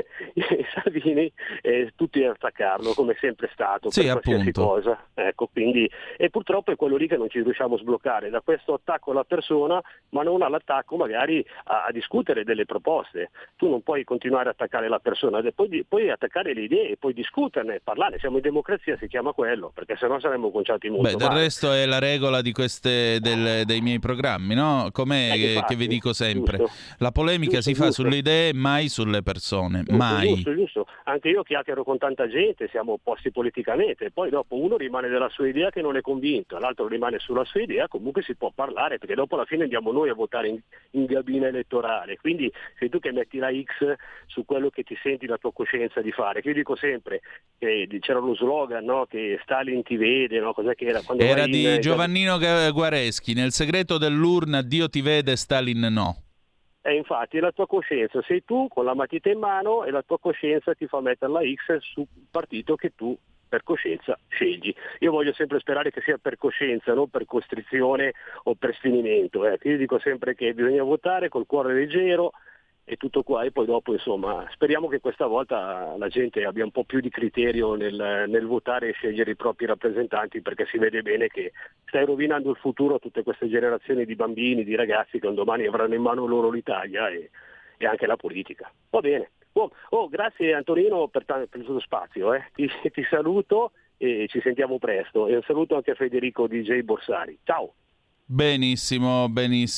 Speaker 10: Salvini, tutti a attaccarlo, come sempre stato, per qualsiasi cosa. Ecco, quindi, e purtroppo è quello lì che non ci riusciamo a sbloccare, da questo attacco alla persona, ma non all'attacco magari a discutere delle proposte. Tu non puoi continuare a attaccare la persona, puoi attaccare le idee, puoi discuterne, parlare. Siamo in democrazia, si chiama quello, perché sennò saremmo conciati molto male.
Speaker 2: Del resto è la regola di dei miei programmi, no? Com'è che vi dico sempre?
Speaker 10: Giusto.
Speaker 2: La polemica si fa sulle idee, mai sulle persone, mai.
Speaker 10: Giusto. Anche io chiacchiero con tanta gente, siamo opposti politicamente, poi dopo uno rimane della sua idea che non è convinto, l'altro rimane sulla sua idea, comunque si può parlare, perché dopo alla fine andiamo noi a votare in cabina elettorale, quindi sei tu che metti la X su quello che ti senti la tua coscienza di fare. Che io dico sempre, c'era lo slogan, no? Che Stalin ti vede, no? Cos'è che era? Quando
Speaker 2: era di Giovannino Guareschi, nel segreto dell'urna Dio ti vede, Stalin no.
Speaker 10: Infatti la tua coscienza, sei tu con la matita in mano e la tua coscienza ti fa mettere la X sul partito che tu per coscienza scegli. Io voglio sempre sperare che sia per coscienza, non per costrizione o per sfinimento. Io dico sempre che bisogna votare col cuore leggero e tutto qua, e poi dopo insomma speriamo che questa volta la gente abbia un po' più di criterio nel votare e scegliere i propri rappresentanti, perché si vede bene che stai rovinando il futuro a tutte queste generazioni di bambini, di ragazzi che un domani avranno in mano loro l'Italia e anche la politica. Va bene. Grazie Antonino per il tuo spazio. Ti saluto e ci sentiamo presto, e un saluto anche a Federico DJ Borsari. Ciao.
Speaker 2: Benissimo.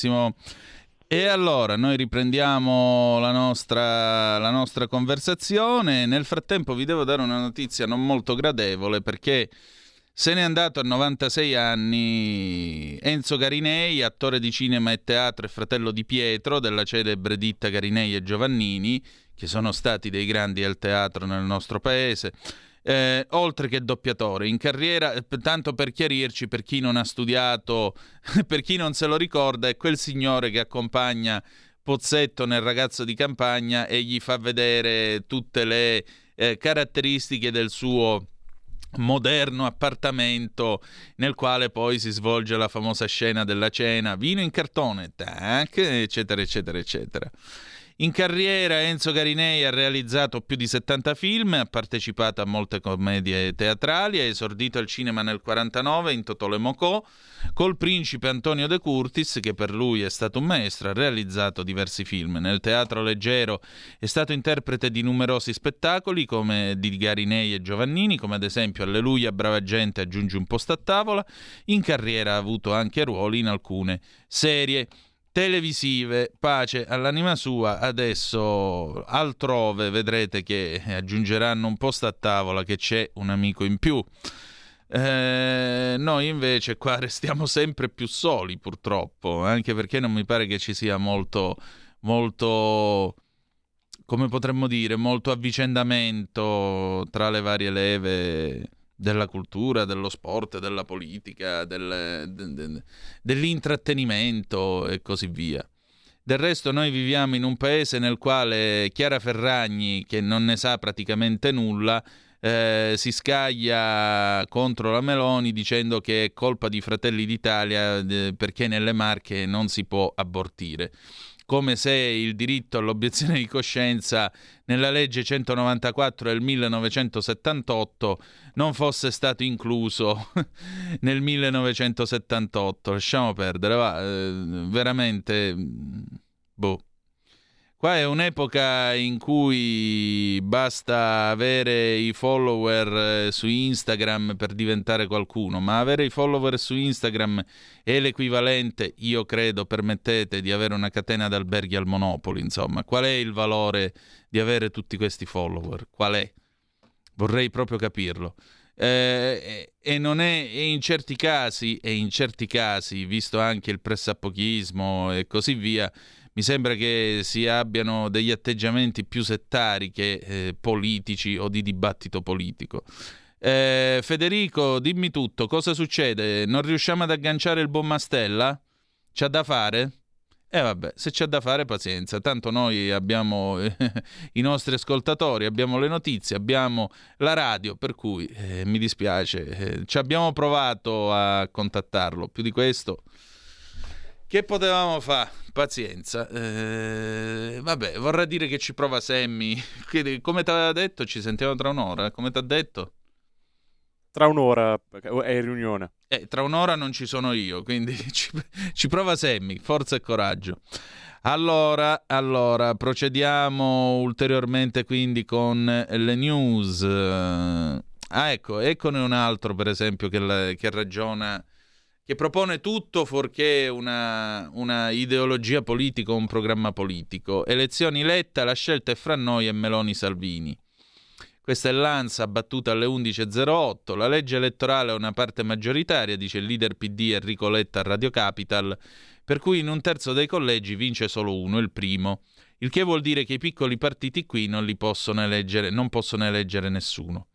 Speaker 2: E allora noi riprendiamo la nostra conversazione. Nel frattempo vi devo dare una notizia non molto gradevole, perché se n'è andato a 96 anni Enzo Garinei, attore di cinema e teatro e fratello di Pietro, della celebre ditta Garinei e Giovannini, che sono stati dei grandi del teatro nel nostro paese. Oltre che doppiatore, in carriera, tanto per chiarirci, per chi non ha studiato, per chi non se lo ricorda, è quel signore che accompagna Pozzetto nel Ragazzo di campagna e gli fa vedere tutte le caratteristiche del suo moderno appartamento, nel quale poi si svolge la famosa scena della cena, vino in cartone, tac, eccetera eccetera eccetera. In carriera Enzo Garinei ha realizzato più di 70 film, ha partecipato a molte commedie teatrali, ha esordito al cinema nel 1949 in Totò le Mocò, col principe Antonio De Curtis, che per lui è stato un maestro, ha realizzato diversi film. Nel teatro leggero è stato interprete di numerosi spettacoli come di Garinei e Giovannini, come ad esempio Alleluia, brava gente, aggiungi un posto a tavola. In carriera ha avuto anche ruoli in alcune serie televisive. Pace all'anima sua. Adesso altrove vedrete che aggiungeranno un posto a tavola, che c'è un amico in più. Noi invece qua restiamo sempre più soli, purtroppo, anche perché non mi pare che ci sia molto, come potremmo dire, molto avvicendamento tra le varie leve della cultura, dello sport, della politica, dell'intrattenimento e così via. Del resto noi viviamo in un paese nel quale Chiara Ferragni, che non ne sa praticamente nulla, si scaglia contro la Meloni dicendo che è colpa di Fratelli d'Italia perché nelle Marche non si può abortire. Come se il diritto all'obiezione di coscienza nella legge 194 del 1978 non fosse stato incluso nel 1978. Lasciamo perdere, va, veramente, boh. Qua è un'epoca in cui basta avere i follower su Instagram per diventare qualcuno, ma avere i follower su Instagram è l'equivalente, io credo, permettete, di avere una catena d'alberghi al Monopoli, insomma. Qual è il valore di avere tutti questi follower? Qual è? Vorrei proprio capirlo. E non è, e in certi casi, visto anche il pressappochismo e così via, mi sembra che si abbiano degli atteggiamenti più settari che politici o di dibattito politico. Federico, dimmi tutto, cosa succede? Non riusciamo ad agganciare il buon Mastella? C'ha da fare? Vabbè, se c'è da fare, pazienza, tanto noi abbiamo i nostri ascoltatori, abbiamo le notizie, abbiamo la radio, per cui mi dispiace, ci abbiamo provato a contattarlo, più di questo che potevamo fare? Pazienza. Vabbè, vorrà dire che ci prova Sammy. Come ti aveva detto, ci sentiamo tra un'ora. Come ti ha detto?
Speaker 11: Tra un'ora è in riunione.
Speaker 2: Tra un'ora non ci sono io, quindi ci prova Sammy. Forza e coraggio. Allora, procediamo ulteriormente quindi con le news. Eccone un altro, per esempio, che ragiona, che propone tutto fuorché una ideologia politica o un programma politico. Elezioni Letta, la scelta è fra noi e Meloni Salvini. Questa è l'ANSA, battuta alle 11.08. La legge elettorale è una parte maggioritaria, dice il leader PD Enrico Letta a Radio Capital, per cui in un terzo dei collegi vince solo uno, il primo. Il che vuol dire che i piccoli partiti qui non possono eleggere nessuno.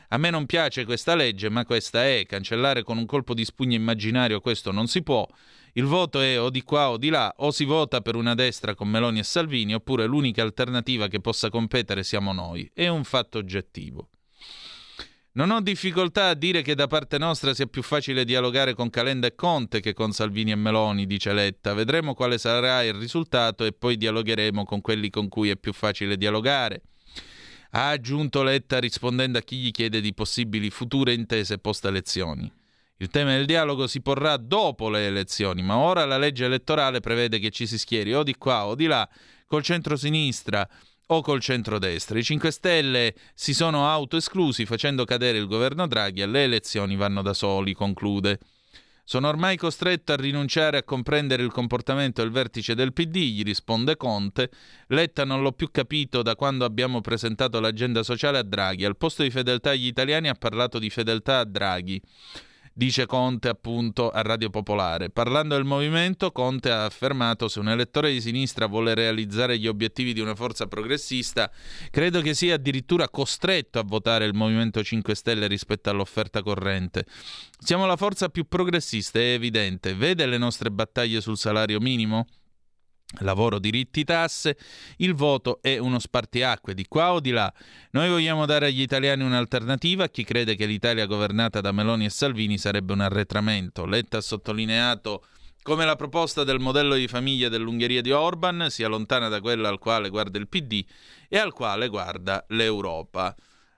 Speaker 2: A me non piace questa legge, ma questa è. Cancellare con un colpo di spugna immaginario questo non si può. Il voto è o di qua o di là, o si vota per una destra con Meloni e Salvini, oppure l'unica alternativa che possa competere siamo noi. È un fatto oggettivo. Non ho difficoltà a dire che da parte nostra sia più facile dialogare con Calenda e Conte che con Salvini e Meloni, dice Letta. Vedremo quale sarà il risultato e poi dialogheremo con quelli con cui è più facile dialogare. Ha aggiunto Letta rispondendo a chi gli chiede di possibili future intese post-elezioni. Il tema del dialogo si porrà dopo le elezioni, ma ora la legge elettorale prevede che ci si schieri o di qua o di là, col centro-sinistra o col centrodestra. I 5 Stelle si sono autoesclusi facendo cadere il governo Draghi e le elezioni vanno da soli, conclude. Sono ormai costretto a rinunciare a comprendere il comportamento del vertice del PD, gli risponde Conte. Letta non l'ho più capito da quando abbiamo presentato l'agenda sociale a Draghi. Al posto di fedeltà agli italiani ha parlato di fedeltà a Draghi. Dice Conte appunto a Radio Popolare. Parlando del movimento, Conte ha affermato: se un elettore di sinistra vuole realizzare gli obiettivi di una forza progressista, credo che sia addirittura costretto a votare il Movimento 5 Stelle rispetto all'offerta corrente. Siamo la forza più progressista, è evidente. Vede le nostre battaglie sul salario minimo? Lavoro, diritti, tasse. Il voto è uno spartiacque di qua o di là. Noi vogliamo dare agli italiani un'alternativa. A chi crede che l'Italia governata da Meloni e Salvini sarebbe un arretramento. Letta ha sottolineato come la proposta del modello di famiglia dell'Ungheria di Orban sia lontana da quella al quale guarda il PD e al quale guarda l'Europa.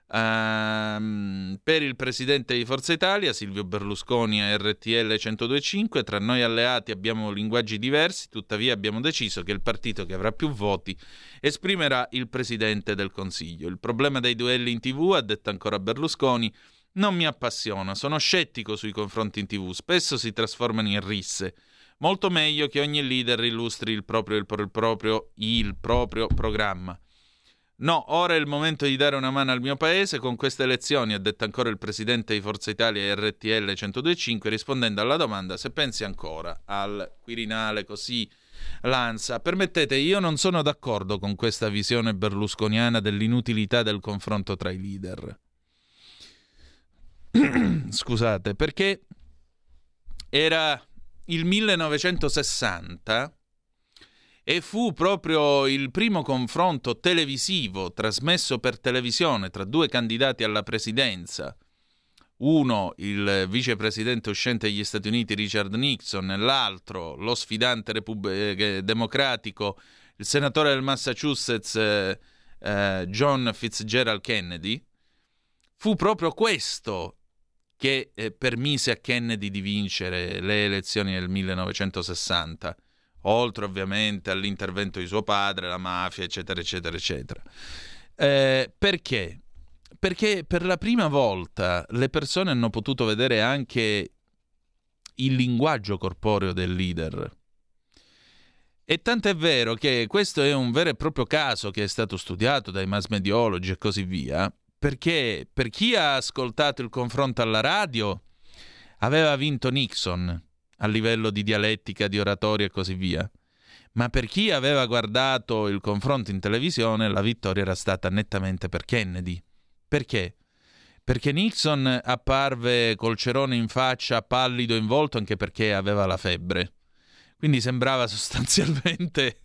Speaker 2: Per il presidente di Forza Italia, Silvio Berlusconi, a RTL 102.5, tra noi alleati abbiamo linguaggi diversi, tuttavia abbiamo deciso che il partito che avrà più voti esprimerà il presidente del Consiglio. Il problema dei duelli in TV, ha detto ancora Berlusconi, non mi appassiona, sono scettico sui confronti in TV, spesso si trasformano in risse. Molto meglio che ogni leader illustri il proprio programma. No, ora è il momento di dare una mano al mio paese con queste elezioni, ha detto ancora il presidente di Forza Italia RTL 102.5, rispondendo alla domanda se pensi ancora al Quirinale, così l'Ansa. Permettete, io non sono d'accordo con questa visione berlusconiana dell'inutilità del confronto tra i leader. Scusate, perché era il 1960... e fu proprio il primo confronto televisivo trasmesso per televisione tra due candidati alla presidenza, uno il vicepresidente uscente degli Stati Uniti Richard Nixon e l'altro lo sfidante democratico, il senatore del Massachusetts John Fitzgerald Kennedy. Fu proprio questo che permise a Kennedy di vincere le elezioni del 1960. Oltre ovviamente all'intervento di suo padre, la mafia, eccetera, eccetera, eccetera. Perché? Perché per la prima volta le persone hanno potuto vedere anche il linguaggio corporeo del leader. E tanto è vero che questo è un vero e proprio caso che è stato studiato dai mass mediologi e così via, perché per chi ha ascoltato il confronto alla radio aveva vinto Nixon a livello di dialettica, di oratoria e così via. Ma per chi aveva guardato il confronto in televisione, la vittoria era stata nettamente per Kennedy. Perché? Perché Nixon apparve col cerone in faccia, pallido in volto, anche perché aveva la febbre. Quindi sembrava sostanzialmente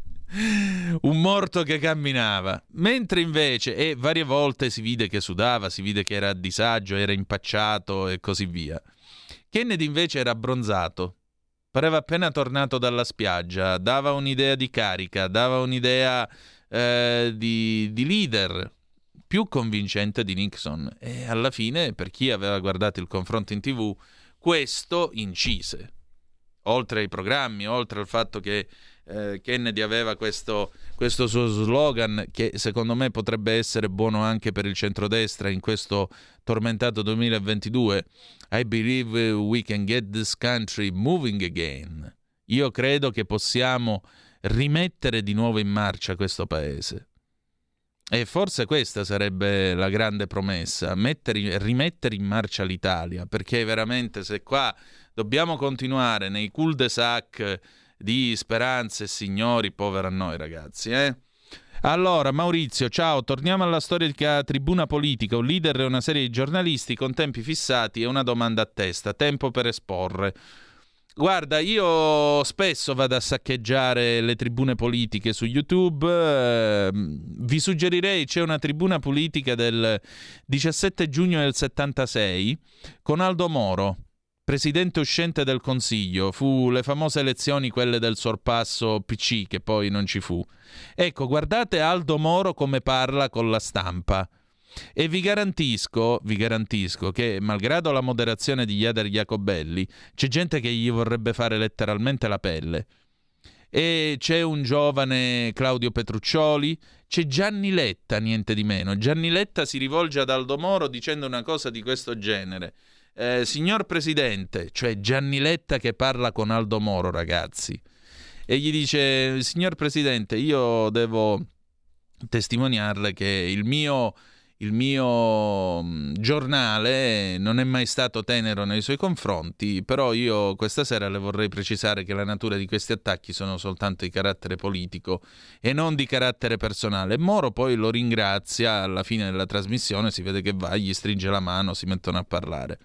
Speaker 2: un morto che camminava. Mentre invece, e varie volte si vide che sudava, si vide che era a disagio, era impacciato e così via. Kennedy invece era abbronzato, pareva appena tornato dalla spiaggia, dava un'idea di carica, dava un'idea di leader più convincente di Nixon. E alla fine, per chi aveva guardato il confronto in TV, questo incise. Oltre ai programmi, oltre al fatto che Kennedy aveva questo suo slogan che secondo me potrebbe essere buono anche per il centrodestra in questo tormentato 2022: I believe we can get this country moving again. Io credo che possiamo rimettere di nuovo in marcia questo paese. E forse questa sarebbe la grande promessa, rimettere in marcia l'Italia, perché veramente se qua dobbiamo continuare nei cul-de-sac di speranze e signori, povera a noi ragazzi, Allora, Maurizio, ciao, torniamo alla storica tribuna politica, un leader e una serie di giornalisti con tempi fissati e una domanda a testa, tempo per esporre. Guarda, io spesso vado a saccheggiare le tribune politiche su YouTube, vi suggerirei, c'è una tribuna politica del 17 giugno del 76 con Aldo Moro, presidente uscente del Consiglio, fu le famose elezioni, quelle del sorpasso PC, che poi non ci fu. Ecco, guardate Aldo Moro come parla con la stampa. E vi garantisco che, malgrado la moderazione di Jader Jacobelli, c'è gente che gli vorrebbe fare letteralmente la pelle. E c'è un giovane Claudio Petruccioli, c'è Gianni Letta, niente di meno. Gianni Letta si rivolge ad Aldo Moro dicendo una cosa di questo genere. Signor Presidente, cioè Gianni Letta che parla con Aldo Moro, ragazzi, e gli dice: signor Presidente, io devo testimoniarle che il mio giornale non è mai stato tenero nei suoi confronti, però io questa sera le vorrei precisare che la natura di questi attacchi sono soltanto di carattere politico e non di carattere personale. Moro poi lo ringrazia alla fine della trasmissione, si vede che va, gli stringe la mano, si mettono a parlare.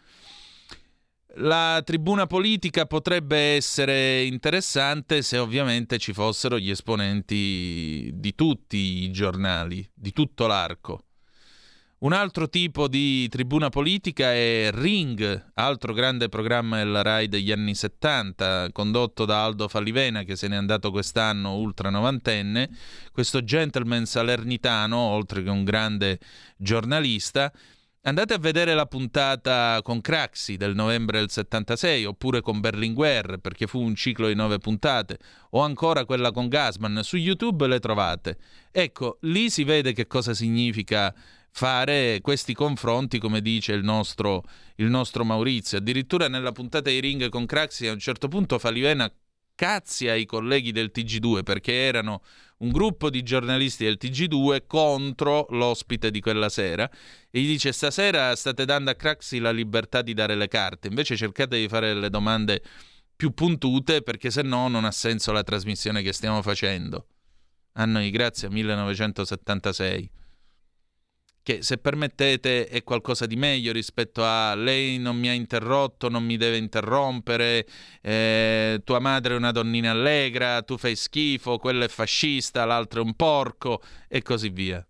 Speaker 2: La tribuna politica potrebbe essere interessante se ovviamente ci fossero gli esponenti di tutti i giornali, di tutto l'arco. Un altro tipo di tribuna politica è Ring, altro grande programma della Rai degli anni 70, condotto da Aldo Falivena, che se n'è andato quest'anno, ultra novantenne. Questo gentleman salernitano, oltre che un grande giornalista. Andate a vedere la puntata con Craxi del novembre del 76, oppure con Berlinguer, perché fu un ciclo di 9 puntate, o ancora quella con Gassman. Su YouTube le trovate. Ecco, lì si vede che cosa significa fare questi confronti, come dice il nostro Maurizio. Addirittura nella puntata di Ring con Craxi a un certo punto Falivena cazzia i colleghi del TG2, perché erano un gruppo di giornalisti del TG2 contro l'ospite di quella sera, e gli dice: stasera state dando a Craxi la libertà di dare le carte, invece cercate di fare le domande più puntute, perché se no non ha senso la trasmissione che stiamo facendo. A noi grazie a 1976, che, se permettete, è qualcosa di meglio rispetto a lei non mi ha interrotto, non mi deve interrompere, tua madre è una donnina allegra, tu fai schifo, quello è fascista, l'altro è un porco, e così via.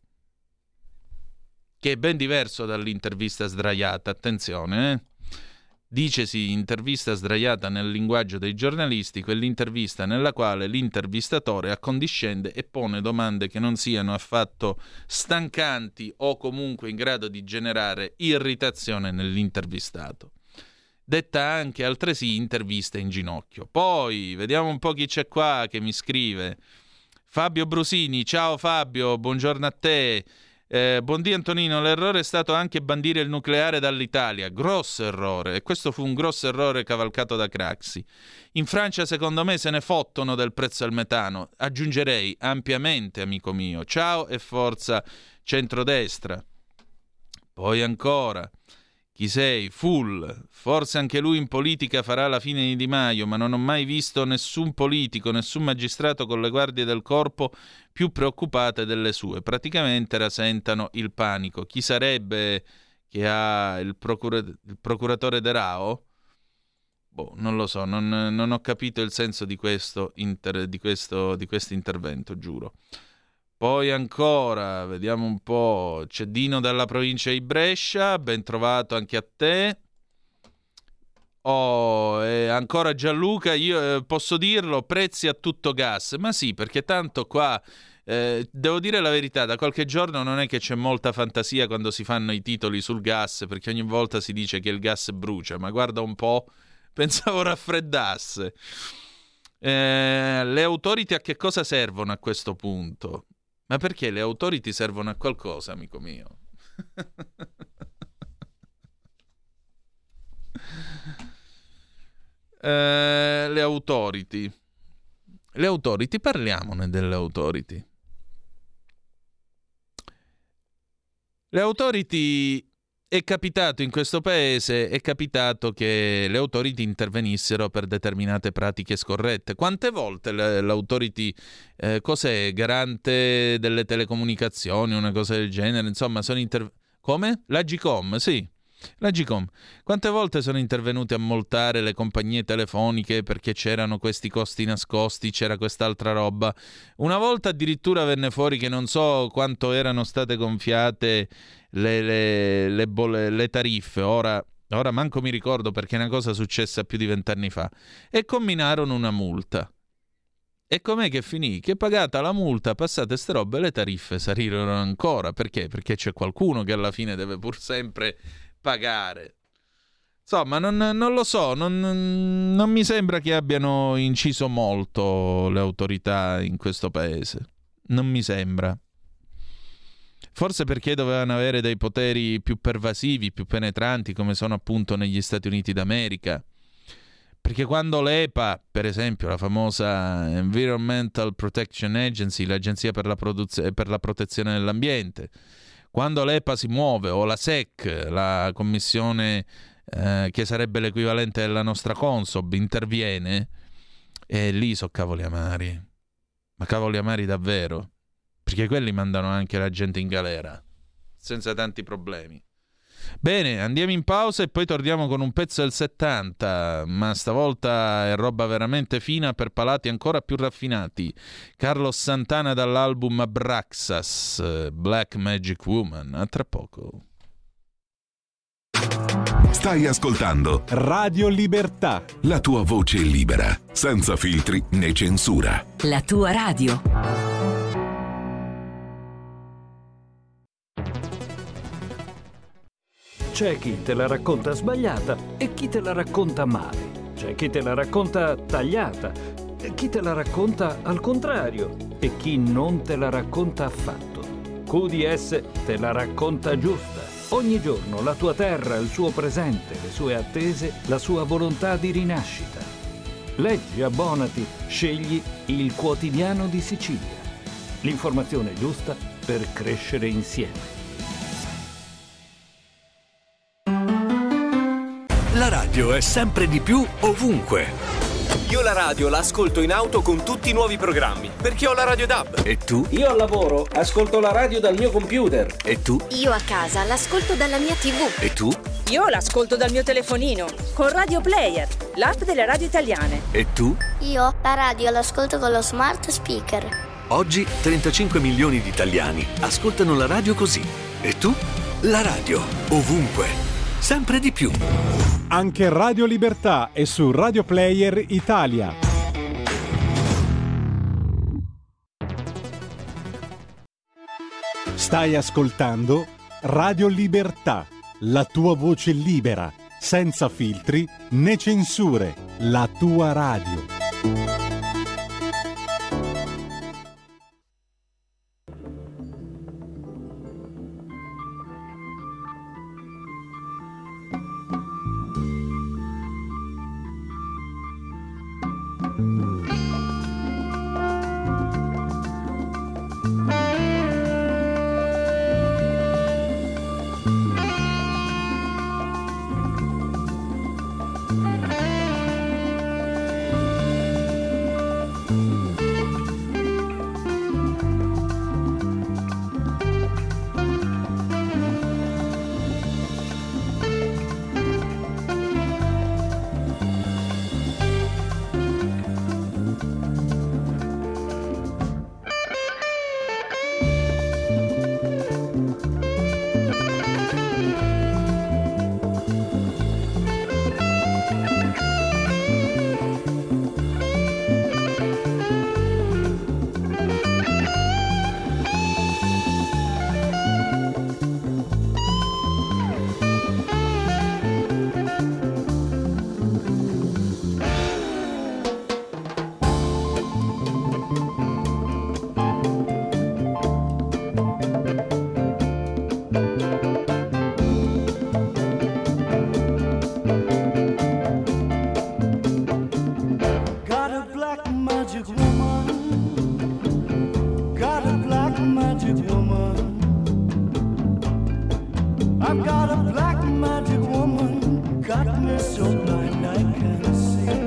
Speaker 2: Che è ben diverso dall'intervista sdraiata, attenzione, Dicesi intervista sdraiata nel linguaggio dei giornalisti, quell'intervista nella quale l'intervistatore accondiscende e pone domande che non siano affatto stancanti o comunque in grado di generare irritazione nell'intervistato. Detta anche altresì intervista in ginocchio. Poi vediamo un po' chi c'è qua che mi scrive. Fabio Brusini, ciao Fabio, buongiorno a te. Buondì Antonino, l'errore è stato anche bandire il nucleare dall'Italia, grosso errore, e questo fu un grosso errore cavalcato da Craxi. In Francia secondo me se ne fottono del prezzo del metano, aggiungerei ampiamente, amico mio. Ciao e forza centrodestra. Poi ancora, chi sei? Full, forse anche lui in politica farà la fine di Di Maio, ma non ho mai visto nessun politico, nessun magistrato con le guardie del corpo più preoccupate delle sue. Praticamente rasentano il panico. Chi sarebbe che ha il procuratore De Rao? Boh, non lo so, non ho capito il senso di questo intervento, giuro. Poi ancora, vediamo un po', c'è Dino dalla provincia di Brescia, ben trovato anche a te. Oh, e ancora Gianluca, io posso dirlo, prezzi a tutto gas. Ma sì, perché tanto qua, devo dire la verità, da qualche giorno non è che c'è molta fantasia quando si fanno i titoli sul gas, perché ogni volta si dice che il gas brucia, ma guarda un po', pensavo raffreddasse. Le authority a che cosa servono a questo punto? Ma perché le authority servono a qualcosa, amico mio? Le authority. Le authority, parliamone delle authority. Le authority è capitato in questo paese, è capitato che le authority intervenissero per determinate pratiche scorrette. Quante volte l'authority, cos'è, garante delle telecomunicazioni, una cosa del genere, insomma, sono come? L'Agcom, sì. L'Agcom. Quante volte sono intervenuti a multare le compagnie telefoniche perché c'erano questi costi nascosti, c'era quest'altra roba? Una volta addirittura venne fuori che non so quanto erano state gonfiate le tariffe, ora manco mi ricordo perché è una cosa successa più di 20 anni fa, e comminarono una multa. E com'è che finì? Che pagata la multa, passate ste robe, le tariffe salirono ancora. Perché? Perché c'è qualcuno che alla fine deve pur sempre pagare. Insomma, non lo so, non mi sembra che abbiano inciso molto le autorità in questo paese. Non mi sembra. Forse perché dovevano avere dei poteri più pervasivi, più penetranti, come sono appunto negli Stati Uniti d'America. Perché quando l'EPA, per esempio, la famosa Environmental Protection Agency, l'agenzia per la protezione dell'ambiente, quando l'EPA si muove, o la SEC, la commissione che sarebbe l'equivalente della nostra Consob, interviene, e lì so cavoli amari. Ma cavoli amari davvero. Perché quelli mandano anche la gente in galera, senza tanti problemi. Bene, andiamo in pausa e poi torniamo con un pezzo del 70, ma stavolta è roba veramente fina per palati ancora più raffinati. Carlos Santana dall'album Abraxas, Black Magic Woman. A tra poco.
Speaker 8: Stai ascoltando
Speaker 1: Radio Libertà,
Speaker 8: la tua voce libera, senza filtri né censura.
Speaker 7: La tua radio.
Speaker 12: C'è chi te la racconta sbagliata e chi te la racconta male. C'è chi te la racconta tagliata e chi te la racconta al contrario e chi non te la racconta affatto. QDS te la racconta giusta. Ogni giorno la tua terra, il suo presente, le sue attese, la sua volontà di rinascita. Leggi, abbonati, scegli il Quotidiano di Sicilia. L'informazione giusta per crescere insieme.
Speaker 13: La radio è sempre di più ovunque.
Speaker 14: Io la radio la ascolto in auto con tutti i nuovi programmi, perché ho la radio DAB.
Speaker 13: E tu?
Speaker 15: Io al lavoro ascolto la radio dal mio computer.
Speaker 13: E tu?
Speaker 16: Io a casa l'ascolto dalla mia TV.
Speaker 13: E tu?
Speaker 17: Io l'ascolto dal mio telefonino, con Radio Player, l'app delle radio italiane.
Speaker 13: E tu?
Speaker 18: Io la radio l'ascolto con lo smart speaker.
Speaker 13: Oggi 35 milioni di italiani ascoltano la radio così. E tu? La radio, ovunque. Sempre di più.
Speaker 1: Anche Radio Libertà è su Radio Player Italia. Stai ascoltando Radio Libertà, la tua voce libera, senza filtri né censure, la tua radio.
Speaker 9: I've got a black magic woman, got me so blind I can't see.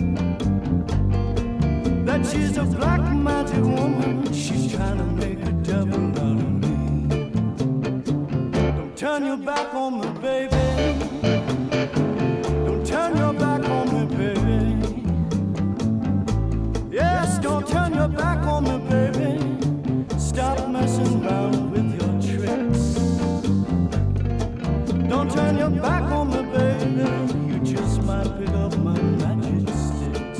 Speaker 9: That she's a black magic woman, she's trying to make a devil out of me. Don't turn your back on me, baby. Don't turn your back on me, baby. Yes, don't turn your back on me, baby. Stop messing around with your tricks. Don't turn your back on me, baby. You just might pick up my magic sticks.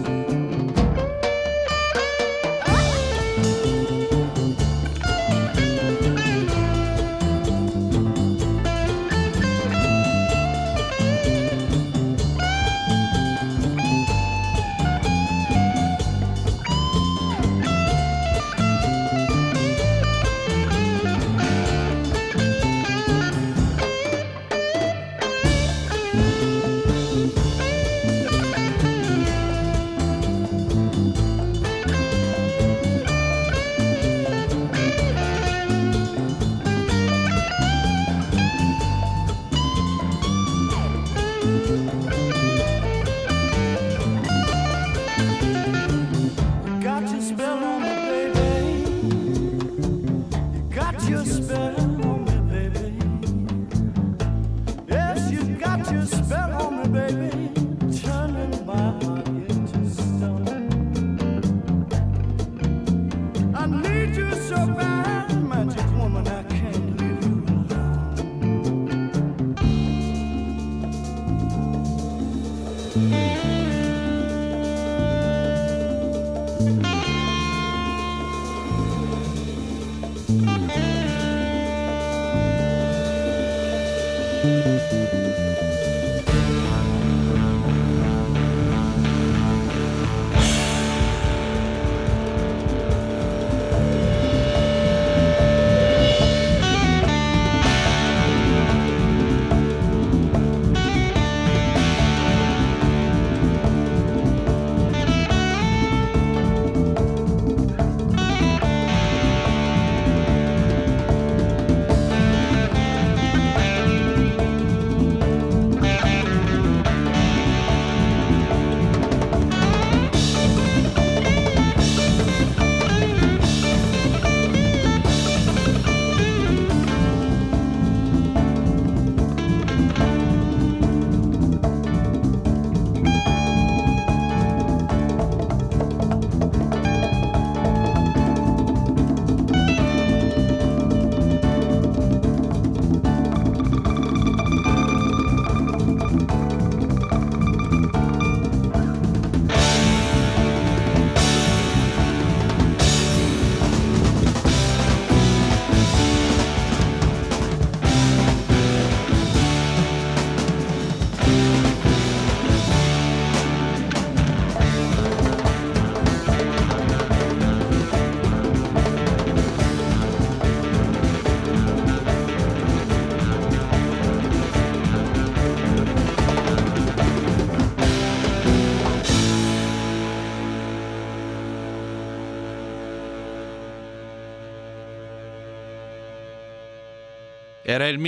Speaker 2: Era il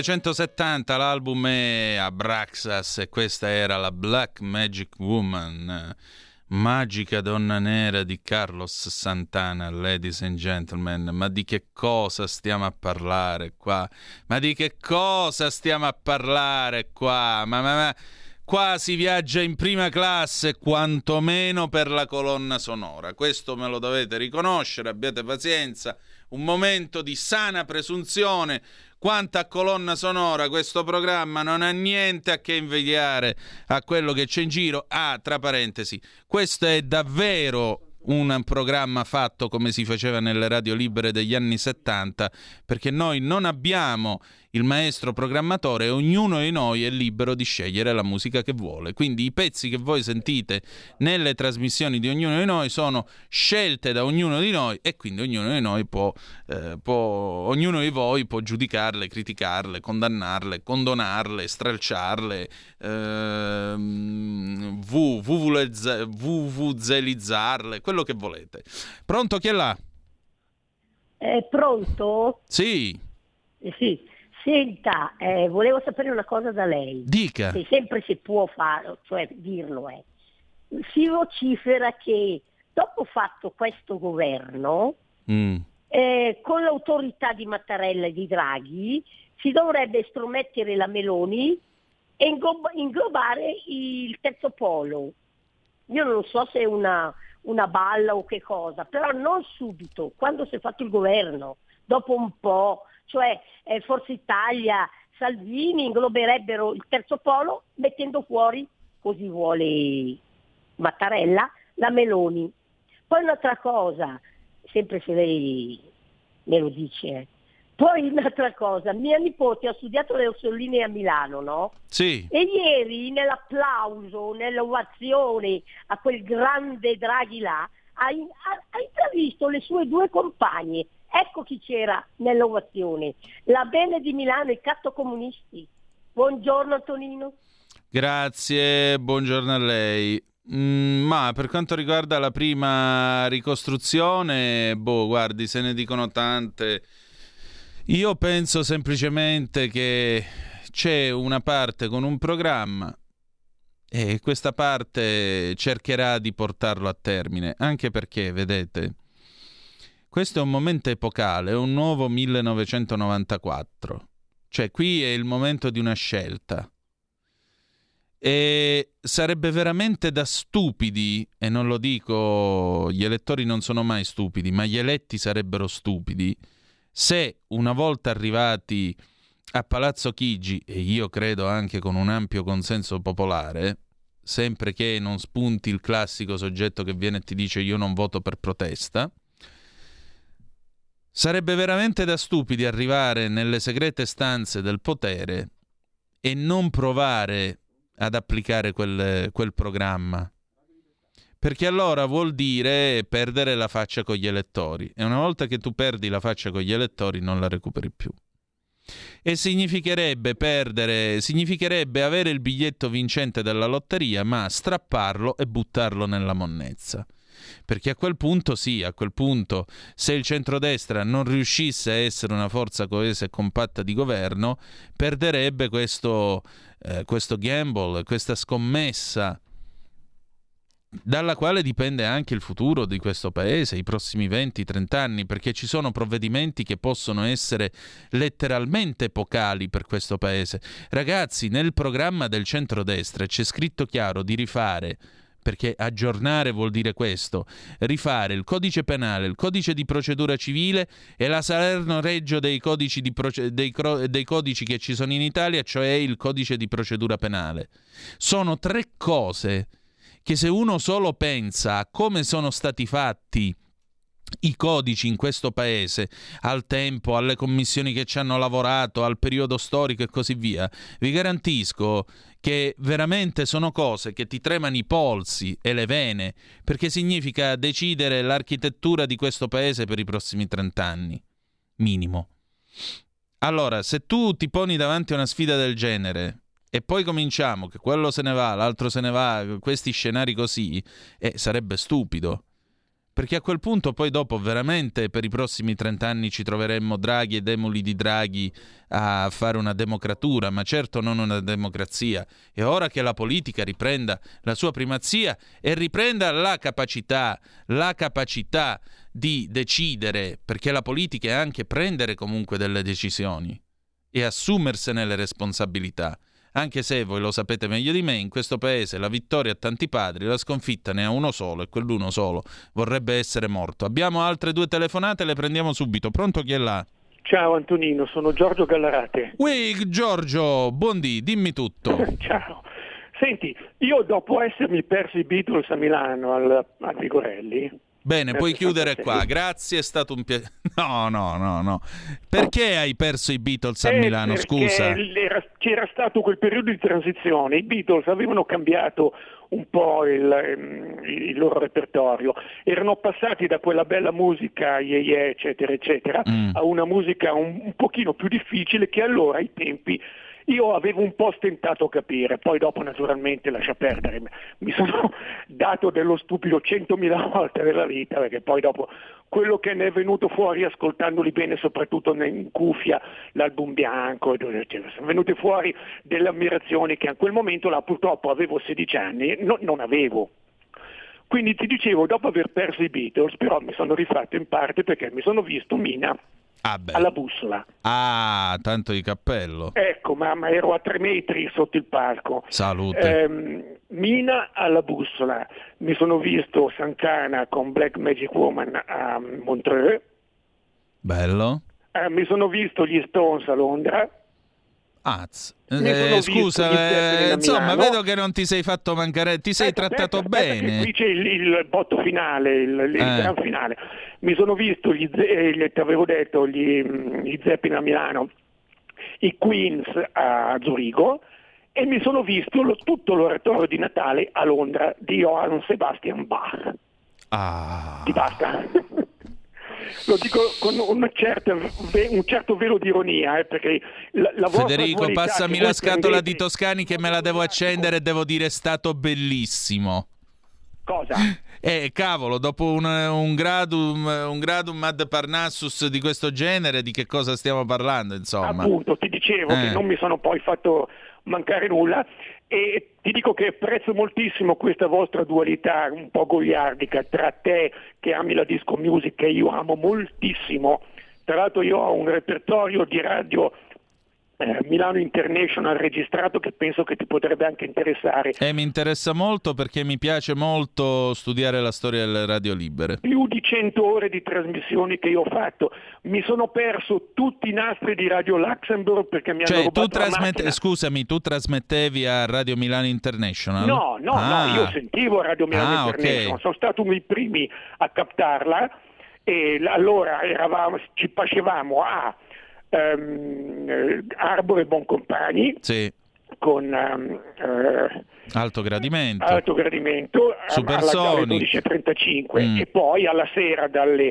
Speaker 2: 1970, l'album è Abraxas e questa era la Black Magic Woman, magica donna nera di Carlos Santana, ladies and gentlemen. Ma di che cosa stiamo a parlare qua? Ma di che cosa stiamo a parlare qua? Ma qua si viaggia in prima classe, quantomeno per la colonna sonora. Questo me lo dovete riconoscere, abbiate pazienza. Un momento di sana presunzione. Quanta colonna sonora, questo programma non ha niente a che invidiare a quello che c'è in giro. Tra parentesi, questo è davvero un programma fatto come si faceva nelle radio libere degli anni 70, perché noi non abbiamo il maestro programmatore e ognuno di noi è libero di scegliere la musica che vuole. Quindi i pezzi che voi sentite nelle trasmissioni di ognuno di noi sono scelte da ognuno di noi e quindi ognuno di noi ognuno di voi può giudicarle, criticarle, condannarle, condonarle, stralciarle, vuvuzelizzarle, quello che volete. Pronto, chi è là?
Speaker 19: È pronto?
Speaker 2: Sì.
Speaker 19: Sì. Senta, volevo sapere una cosa da lei.
Speaker 2: Dica.
Speaker 19: Se sempre si può fare, cioè dirlo è. Si vocifera che dopo fatto questo governo, con l'autorità di Mattarella e di Draghi, si dovrebbe estromettere la Meloni e inglobare il terzo polo. Io non so se è una balla o che cosa, però non subito, quando si è fatto il governo, dopo un po', cioè Forza Italia, Salvini ingloberebbero il terzo polo mettendo fuori, così vuole Mattarella, la Meloni. Poi un'altra cosa, sempre se lei me lo dice, poi un'altra cosa, mia nipote ha studiato le Orsoline a Milano, no?
Speaker 2: Sì.
Speaker 19: E ieri nell'applauso, nell'ovazione a quel grande Draghi là, ha intravisto le sue due compagne. Ecco chi c'era nell'ovazione, la Bene di Milano, i cattocomunisti. Buongiorno Antonino.
Speaker 2: Grazie, buongiorno a lei. Ma per quanto riguarda la prima ricostruzione, guardi, se ne dicono tante. Io penso semplicemente che c'è una parte con un programma e questa parte cercherà di portarlo a termine, anche perché, vedete, questo è un momento epocale, è un nuovo 1994, cioè qui è il momento di una scelta. E sarebbe veramente da stupidi, e non lo dico, gli elettori non sono mai stupidi, ma gli eletti sarebbero stupidi, se una volta arrivati a Palazzo Chigi, e io credo anche con un ampio consenso popolare, sempre che non spunti il classico soggetto che viene e ti dice io non voto per protesta, sarebbe veramente da stupidi arrivare nelle segrete stanze del potere e non provare ad applicare quel programma, perché allora vuol dire perdere la faccia con gli elettori, e una volta che tu perdi la faccia con gli elettori non la recuperi più, e significherebbe avere il biglietto vincente della lotteria ma strapparlo e buttarlo nella monnezza, perché a quel punto se il centrodestra non riuscisse a essere una forza coesa e compatta di governo, perderebbe questo gamble, questa scommessa dalla quale dipende anche il futuro di questo paese, i prossimi 20-30 anni, perché ci sono provvedimenti che possono essere letteralmente epocali per questo paese. Ragazzi, nel programma del centrodestra c'è scritto chiaro di rifare, perché aggiornare vuol dire questo, rifare il codice penale, il codice di procedura civile e la Salerno-Reggio dei codici che ci sono in Italia, cioè il codice di procedura penale. Sono tre cose che, se uno solo pensa a come sono stati fatti i codici in questo paese, al tempo, alle commissioni che ci hanno lavorato, al periodo storico e così via, vi garantisco che veramente sono cose che ti tremano i polsi e le vene, perché significa decidere l'architettura di questo paese per i prossimi 30 anni, minimo. Allora, se tu ti poni davanti a una sfida del genere e poi cominciamo che quello se ne va, l'altro se ne va, questi scenari così, sarebbe stupido. Perché a quel punto poi dopo veramente per i prossimi 30 anni ci troveremmo Draghi ed emuli di Draghi a fare una democratura, ma certo non una democrazia. È ora che la politica riprenda la sua primazia e riprenda la capacità di decidere, perché la politica è anche prendere comunque delle decisioni e assumersene le responsabilità. Anche se, voi lo sapete meglio di me, in questo paese la vittoria ha tanti padri, la sconfitta ne ha uno solo e quell'uno solo vorrebbe essere morto. Abbiamo altre 2 telefonate, le prendiamo subito. Pronto, chi è là?
Speaker 20: Ciao Antonino, sono Giorgio Gallarate.
Speaker 2: Ui, Giorgio, buondì, dimmi tutto.
Speaker 20: Ciao. Senti, io dopo essermi perso i Beatles a Milano al Vigorelli...
Speaker 2: Bene, puoi chiudere qua. Grazie, è stato un piacere. No. Perché hai perso i Beatles a Milano, scusa?
Speaker 20: C'era stato quel periodo di transizione. I Beatles avevano cambiato un po' il loro repertorio. Erano passati da quella bella musica, yeah, eccetera, eccetera, a una musica un pochino più difficile che allora ai tempi Io avevo un po' stentato a capire, poi dopo naturalmente lascia perdere, mi sono dato dello stupido 100.000 volte nella vita, perché poi dopo quello che ne è venuto fuori ascoltandoli bene, soprattutto in cuffia, l'album bianco, sono venute fuori delle ammirazioni che a quel momento là purtroppo avevo 16 anni, non avevo. Quindi ti dicevo, dopo aver perso i Beatles, però mi sono rifatto in parte perché mi sono visto Mina alla bussola.
Speaker 2: Ah, tanto di cappello.
Speaker 20: Ecco, ma ero a 3 metri sotto il palco.
Speaker 2: Salute.
Speaker 20: Mina alla bussola. Mi sono visto Santana con Black Magic Woman a Montreux.
Speaker 2: Bello.
Speaker 20: Mi sono visto gli Stones a Londra.
Speaker 2: Scusa, insomma, vedo che non ti sei fatto mancare, ti sei trattato bene.
Speaker 20: Qui c'è il botto finale, il gran finale. Mi sono visto ti avevo detto, gli Zeppelin a Milano, i Queens a Zurigo, e mi sono visto tutto l'oratorio di Natale a Londra di Johann Sebastian Bach. Ti basta? Lo dico con un certo velo di ironia, perché la
Speaker 2: Federico, passami la scatola di Toscani che me la devo accendere e devo dire è stato bellissimo.
Speaker 20: Cosa?
Speaker 2: Cavolo, dopo un gradum ad Parnassus di questo genere, di che cosa stiamo parlando, insomma?
Speaker 20: Appunto, ti dicevo che non mi sono poi fatto mancare nulla, e ti dico che apprezzo moltissimo questa vostra dualità un po' goliardica tra te che ami la disco music e io amo moltissimo. Tra l'altro io ho un repertorio di radio Milano International registrato che penso che ti potrebbe anche interessare.
Speaker 2: Mi interessa molto perché mi piace molto studiare la storia delle radio libere.
Speaker 20: Più di 100 ore di trasmissioni che io ho fatto. Mi sono perso tutti i nastri di Radio Luxembourg perché mi hanno rubato la macchina.
Speaker 2: Scusami, tu trasmettevi a Radio Milano International?
Speaker 20: No, io sentivo Radio Milano International, okay. Sono stato uno dei primi a captarla, e allora ci facevamo a Arbore Boncompagni,
Speaker 2: sì,
Speaker 20: con
Speaker 2: Alto Gradimento,
Speaker 20: Supersonic, 12.35 e poi alla sera dalle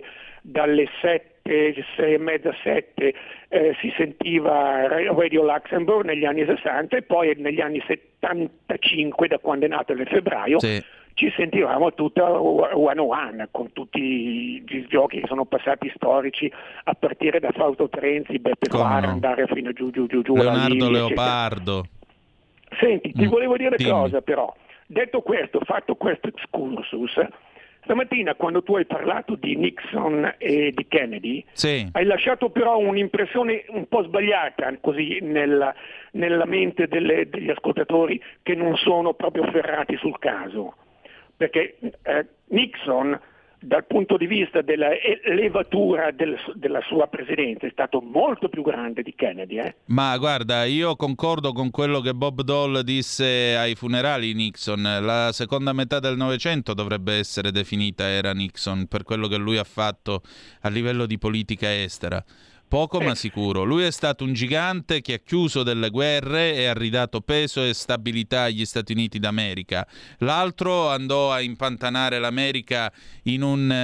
Speaker 20: 7, 6 e mezza, 7 si sentiva Radio Luxembourg negli anni 60, e poi negli anni 75, da quando è nato nel febbraio, sì, ci sentivamo tutta one on one con tutti i giochi che sono passati storici, a partire da Fausto Trenzi, Beppe Fara, andare fino giù
Speaker 2: Leonardo Leopardo.
Speaker 20: Senti, ti volevo dire cosa però. Detto questo, fatto questo excursus, stamattina quando tu hai parlato di Nixon e di Kennedy,
Speaker 2: sì,
Speaker 20: hai lasciato però un'impressione un po' sbagliata così nella mente degli ascoltatori che non sono proprio ferrati sul caso. Perché Nixon, dal punto di vista della levatura della sua presidenza, è stato molto più grande di Kennedy.
Speaker 2: Ma guarda, io concordo con quello che Bob Dole disse ai funerali di Nixon. La seconda metà del Novecento dovrebbe essere definita era Nixon, per quello che lui ha fatto a livello di politica estera. Poco ma sicuro. Lui è stato un gigante che ha chiuso delle guerre e ha ridato peso e stabilità agli Stati Uniti d'America. L'altro andò a impantanare l'America in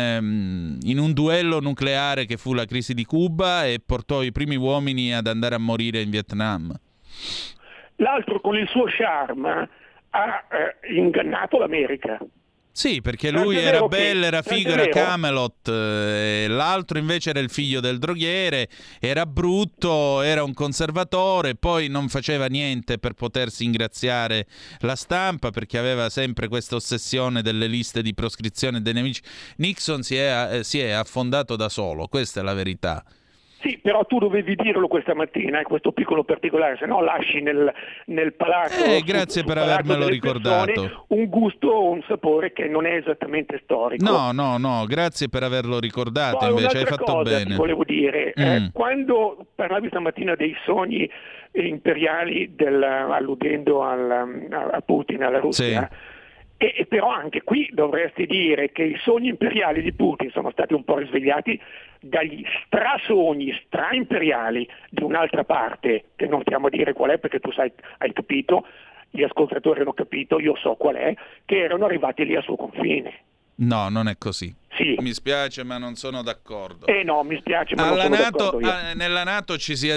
Speaker 2: un duello nucleare che fu la crisi di Cuba e portò i primi uomini ad andare a morire in Vietnam.
Speaker 20: L'altro con il suo charme ha ingannato l'America.
Speaker 2: Sì, perché lui era bello, era figo, era Camelot, l'altro invece era il figlio del droghiere, era brutto, era un conservatore, poi non faceva niente per potersi ingraziare la stampa perché aveva sempre questa ossessione delle liste di proscrizione dei nemici. Nixon si è affondato da solo, questa è la verità.
Speaker 20: Sì, però tu dovevi dirlo questa mattina, questo piccolo particolare, se no lasci nel palazzo.
Speaker 2: Grazie per avermelo ricordato.
Speaker 20: Un gusto, un sapore che non è esattamente storico.
Speaker 2: No, grazie per averlo ricordato,
Speaker 20: poi
Speaker 2: invece hai fatto bene.
Speaker 20: Ti volevo dire, quando parlavi stamattina dei sogni imperiali, alludendo a Putin, alla Russia, sì, e però anche qui dovresti dire che i sogni imperiali di Putin sono stati un po' risvegliati dagli strasogni stra-imperiali di un'altra parte, che non stiamo a dire qual è perché tu hai capito, gli ascoltatori hanno capito, io so qual è, che erano arrivati lì al suo confine.
Speaker 2: No, non è così.
Speaker 20: Sì.
Speaker 2: Mi spiace, ma non sono d'accordo.
Speaker 20: No, mi spiace, ma non sono d'accordo io.
Speaker 2: Nella NATO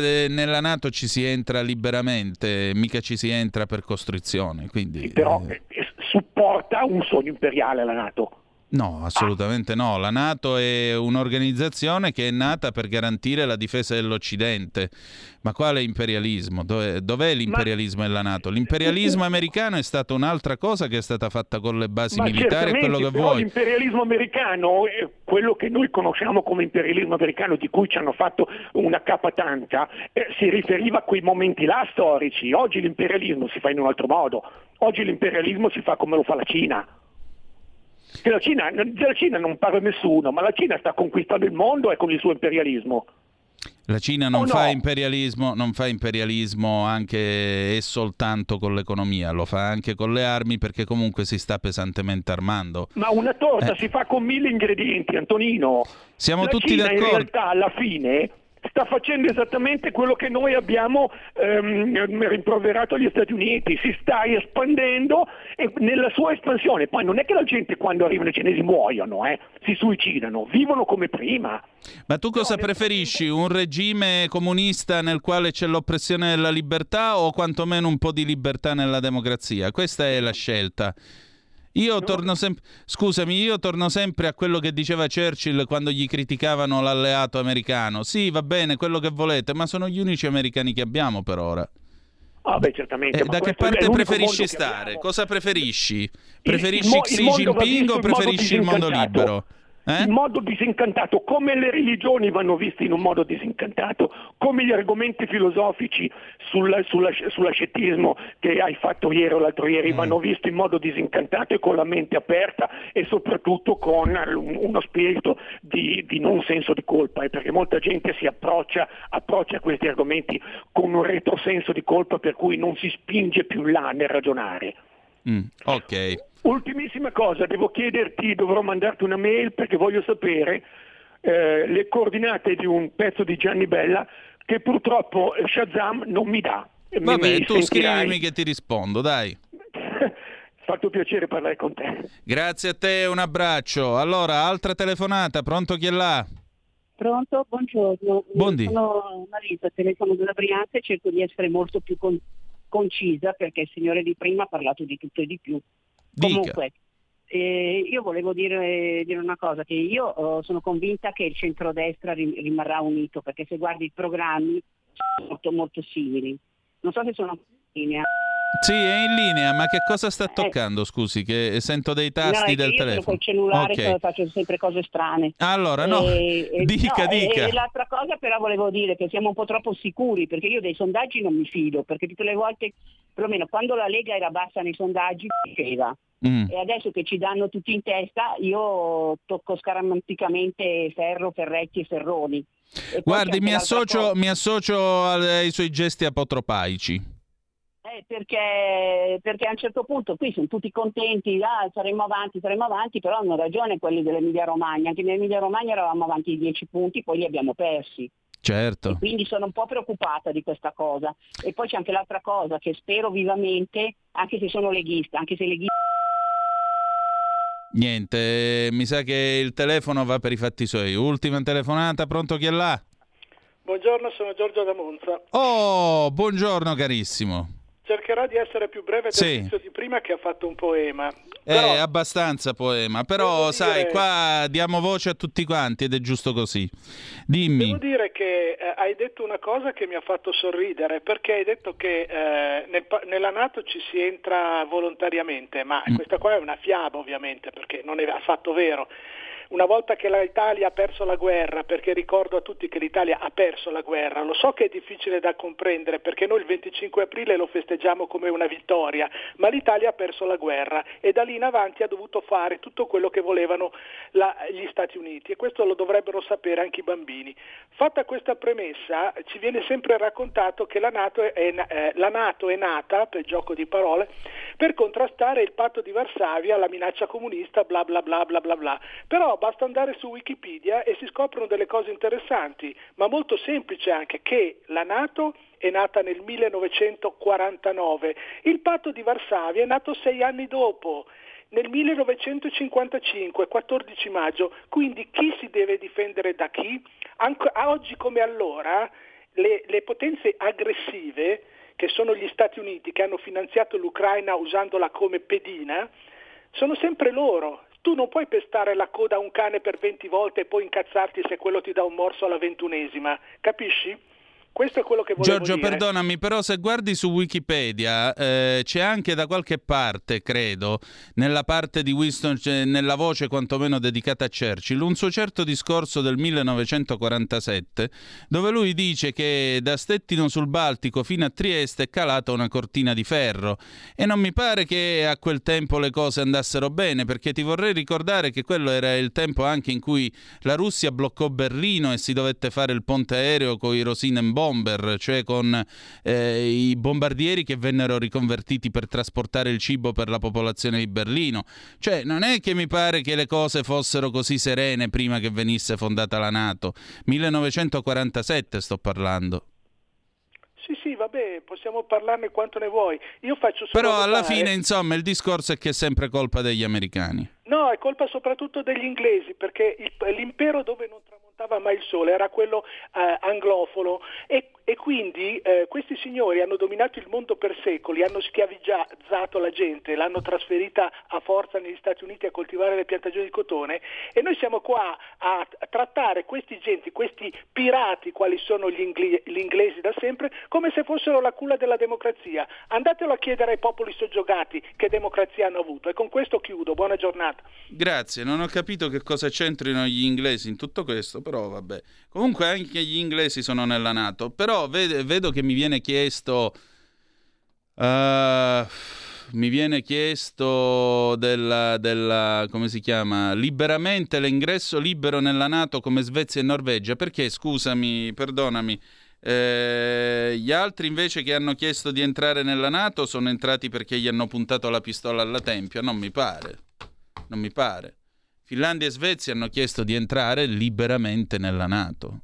Speaker 2: ci si entra liberamente, mica ci si entra per costrizione. Quindi,
Speaker 20: sì, però supporta un sogno imperiale la NATO.
Speaker 2: No, assolutamente no. La NATO è un'organizzazione che è nata per garantire la difesa dell'Occidente. Ma quale imperialismo? Dov'è l'imperialismo della NATO? L'imperialismo americano è stata un'altra cosa che è stata fatta con le basi militari e quello che vuoi.
Speaker 20: L'imperialismo americano, quello che noi conosciamo come imperialismo americano, di cui ci hanno fatto una capa tanta, si riferiva a quei momenti là storici. Oggi l'imperialismo si fa in un altro modo. Oggi l'imperialismo si fa come lo fa la Cina. Che della Cina non parla nessuno, ma la Cina sta conquistando il mondo e con il suo imperialismo.
Speaker 2: La Cina non fa imperialismo anche e soltanto con l'economia, lo fa anche con le armi, perché comunque si sta pesantemente armando.
Speaker 20: Ma una torta si fa con 1000 ingredienti, Antonino.
Speaker 2: Siamo tutti
Speaker 20: Cina
Speaker 2: d'accordo.
Speaker 20: In realtà alla fine sta facendo esattamente quello che noi abbiamo rimproverato agli Stati Uniti, si sta espandendo e nella sua espansione. Poi non è che la gente quando arrivano i cinesi muoiono, si suicidano, vivono come prima.
Speaker 2: Ma tu cosa preferisci? Un regime comunista nel quale c'è l'oppressione della libertà o quantomeno un po' di libertà nella democrazia? Questa è la scelta. Io torno sempre a quello che diceva Churchill quando gli criticavano l'alleato americano. Sì, va bene, quello che volete, ma sono gli unici americani che abbiamo per ora.
Speaker 20: Ah, beh, certamente.
Speaker 2: Da che parte preferisci stare? Cosa preferisci? Preferisci Xi Jinping o preferisci il mondo libero?
Speaker 20: Il modo disincantato, come le religioni vanno viste in un modo disincantato, come gli argomenti filosofici sull'ascetismo che hai fatto ieri o l'altro ieri vanno visti in modo disincantato e con la mente aperta e soprattutto con uno spirito di non senso di colpa, perché molta gente si approccia a questi argomenti con un retrosenso di colpa per cui non si spinge più là nel ragionare.
Speaker 2: Ok.
Speaker 20: Ultimissima cosa, dovrò mandarti una mail perché voglio sapere le coordinate di un pezzo di Gianni Bella che purtroppo Shazam non mi dà.
Speaker 2: Vabbè, tu scrivimi che ti rispondo, dai.
Speaker 20: Fatto piacere parlare con te.
Speaker 2: Grazie a te, un abbraccio. Allora, altra telefonata, pronto, chi è là?
Speaker 21: Pronto, buongiorno.
Speaker 2: Buondì.
Speaker 21: Sono Marisa, telefono della Brianza e cerco di essere molto più concisa perché il signore di prima ha parlato di tutto e di più.
Speaker 2: Dica.
Speaker 21: Comunque, io volevo dire una cosa, che io sono convinta che il centrodestra rimarrà unito, perché se guardi i programmi sono molto molto simili. Non so se sono in linea.
Speaker 2: Sì, è in linea, ma che cosa sta toccando? Scusi, che sento dei tasti del telefono.
Speaker 21: Io col cellulare faccio sempre cose strane.
Speaker 2: Allora, dica.
Speaker 21: E l'altra cosa però volevo dire che siamo un po' troppo sicuri, perché io dei sondaggi non mi fido, perché tutte le volte, perlomeno quando la Lega era bassa nei sondaggi, diceva. E adesso che ci danno tutti in testa, io tocco scaramanticamente Ferretti e Ferroni. E
Speaker 2: guardi, mi associo ai suoi gesti apotropaici.
Speaker 21: Perché a un certo punto qui sono tutti contenti, saremo avanti, però hanno ragione quelli dell'Emilia Romagna, anche in Emilia Romagna eravamo avanti di 10 punti, poi li abbiamo persi.
Speaker 2: Certo.
Speaker 21: E quindi sono un po' preoccupata di questa cosa. E poi c'è anche l'altra cosa che spero vivamente, anche se sono leghista,
Speaker 2: Niente, mi sa che il telefono va per i fatti suoi. Ultima telefonata, pronto, chi è là?
Speaker 22: Buongiorno, sono Giorgio da Monza.
Speaker 2: Oh, buongiorno carissimo.
Speaker 22: Cercherò di essere più breve del tizio di prima che ha fatto un poema.
Speaker 2: Abbastanza poema, però sai, qua diamo voce a tutti quanti ed è giusto così. Dimmi.
Speaker 22: Devo dire che hai detto una cosa che mi ha fatto sorridere, perché hai detto che nella NATO ci si entra volontariamente, ma questa qua è una fiaba ovviamente, perché non è affatto vero. Una volta che l'Italia ha perso la guerra, perché ricordo a tutti che l'Italia ha perso la guerra, lo so che è difficile da comprendere perché noi il 25 aprile lo festeggiamo come una vittoria, ma l'Italia ha perso la guerra e da lì in avanti ha dovuto fare tutto quello che volevano gli Stati Uniti e questo lo dovrebbero sapere anche i bambini. Fatta questa premessa, ci viene sempre raccontato che la NATO è nata, per gioco di parole, per contrastare il patto di Varsavia, la minaccia comunista, bla bla bla bla bla bla. Però basta andare su Wikipedia e si scoprono delle cose interessanti, ma molto semplice anche, che la NATO è nata nel 1949, il patto di Varsavia è nato 6 anni dopo. nel 1955, 14 maggio, quindi chi si deve difendere da chi? Oggi come allora le potenze aggressive, che sono gli Stati Uniti, che hanno finanziato l'Ucraina usandola come pedina, sono sempre loro. Tu non puoi pestare la coda a un cane per 20 volte e poi incazzarti se quello ti dà un morso alla 21esima, capisci? Questo è quello che volevo
Speaker 2: Giorgio,
Speaker 22: dire.
Speaker 2: perdonami, però se guardi su Wikipedia c'è anche da qualche parte, credo, nella parte di Winston, nella voce quantomeno dedicata a Churchill, un suo certo discorso del 1947, dove lui dice che da Stettino sul Baltico fino a Trieste è calata una cortina di ferro, e non mi pare che a quel tempo le cose andassero bene, perché ti vorrei ricordare che quello era il tempo anche in cui la Russia bloccò Berlino e si dovette fare il ponte aereo con i Rosinenbomber, cioè con i bombardieri che vennero riconvertiti per trasportare il cibo per la popolazione di Berlino. Cioè non è che mi pare che le cose fossero così serene prima che venisse fondata la NATO. 1947 sto parlando.
Speaker 22: Sì, vabbè, possiamo parlarne quanto ne vuoi. Io faccio solo
Speaker 2: Però alla fine, insomma, il discorso è che è sempre colpa degli americani.
Speaker 22: No, è colpa soprattutto degli inglesi, perché l'impero dove non tramontava mai il sole era quello anglofono, e quindi questi signori hanno dominato il mondo per secoli, hanno schiavizzato la gente, l'hanno trasferita a forza negli Stati Uniti a coltivare le piantagioni di cotone, e noi siamo qua a trattare questi pirati, quali sono gli inglesi da sempre, come se fossero la culla della democrazia. Andatelo a chiedere ai popoli soggiogati che democrazia hanno avuto. E con questo chiudo, buona giornata.
Speaker 2: Grazie, non ho capito che cosa c'entrino gli inglesi in tutto questo, però vabbè. Comunque anche gli inglesi sono nella NATO, però vedo che mi viene chiesto della come si chiama, liberamente l'ingresso libero nella NATO come Svezia e Norvegia, perché scusami, perdonami, gli altri invece che hanno chiesto di entrare nella NATO sono entrati perché gli hanno puntato la pistola alla tempia? Non mi pare. Finlandia e Svezia hanno chiesto di entrare liberamente nella NATO.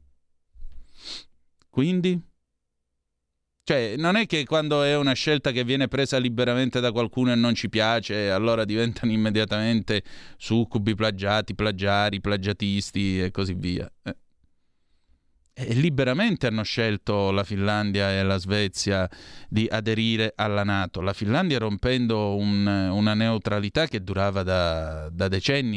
Speaker 2: Quindi? Cioè, non è che quando è una scelta che viene presa liberamente da qualcuno e non ci piace, allora diventano immediatamente succubi, plagiari, plagiatisti e così via. E liberamente hanno scelto la Finlandia e la Svezia di aderire alla NATO. La Finlandia rompendo una neutralità che durava da decenni.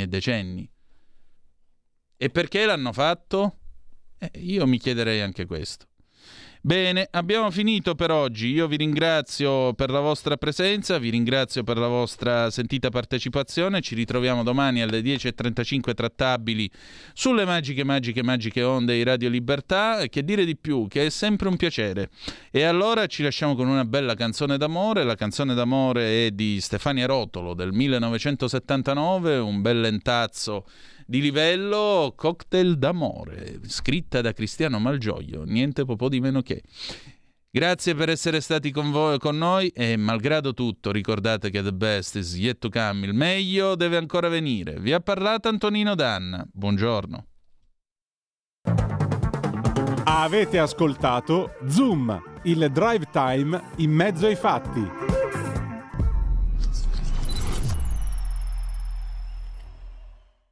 Speaker 2: E perché l'hanno fatto? Io mi chiederei anche questo. Bene, abbiamo finito per oggi. Io vi ringrazio per la vostra presenza, vi ringrazio per la vostra sentita partecipazione. Ci ritroviamo domani alle 10:35 trattabili sulle magiche onde di Radio Libertà. Che dire di più, che è sempre un piacere. E allora ci lasciamo con una bella canzone d'amore. La canzone d'amore è di Stefania Rotolo del 1979, un bel lentazzo di livello, Cocktail d'amore, scritta da Cristiano Malgioglio, niente po' di meno che. Grazie per essere stati con noi, e malgrado tutto ricordate che the best is yet to come, il meglio deve ancora venire. Vi ha parlato Antonino Danna, buongiorno.
Speaker 1: Avete ascoltato Zoom, il drive time in mezzo ai fatti.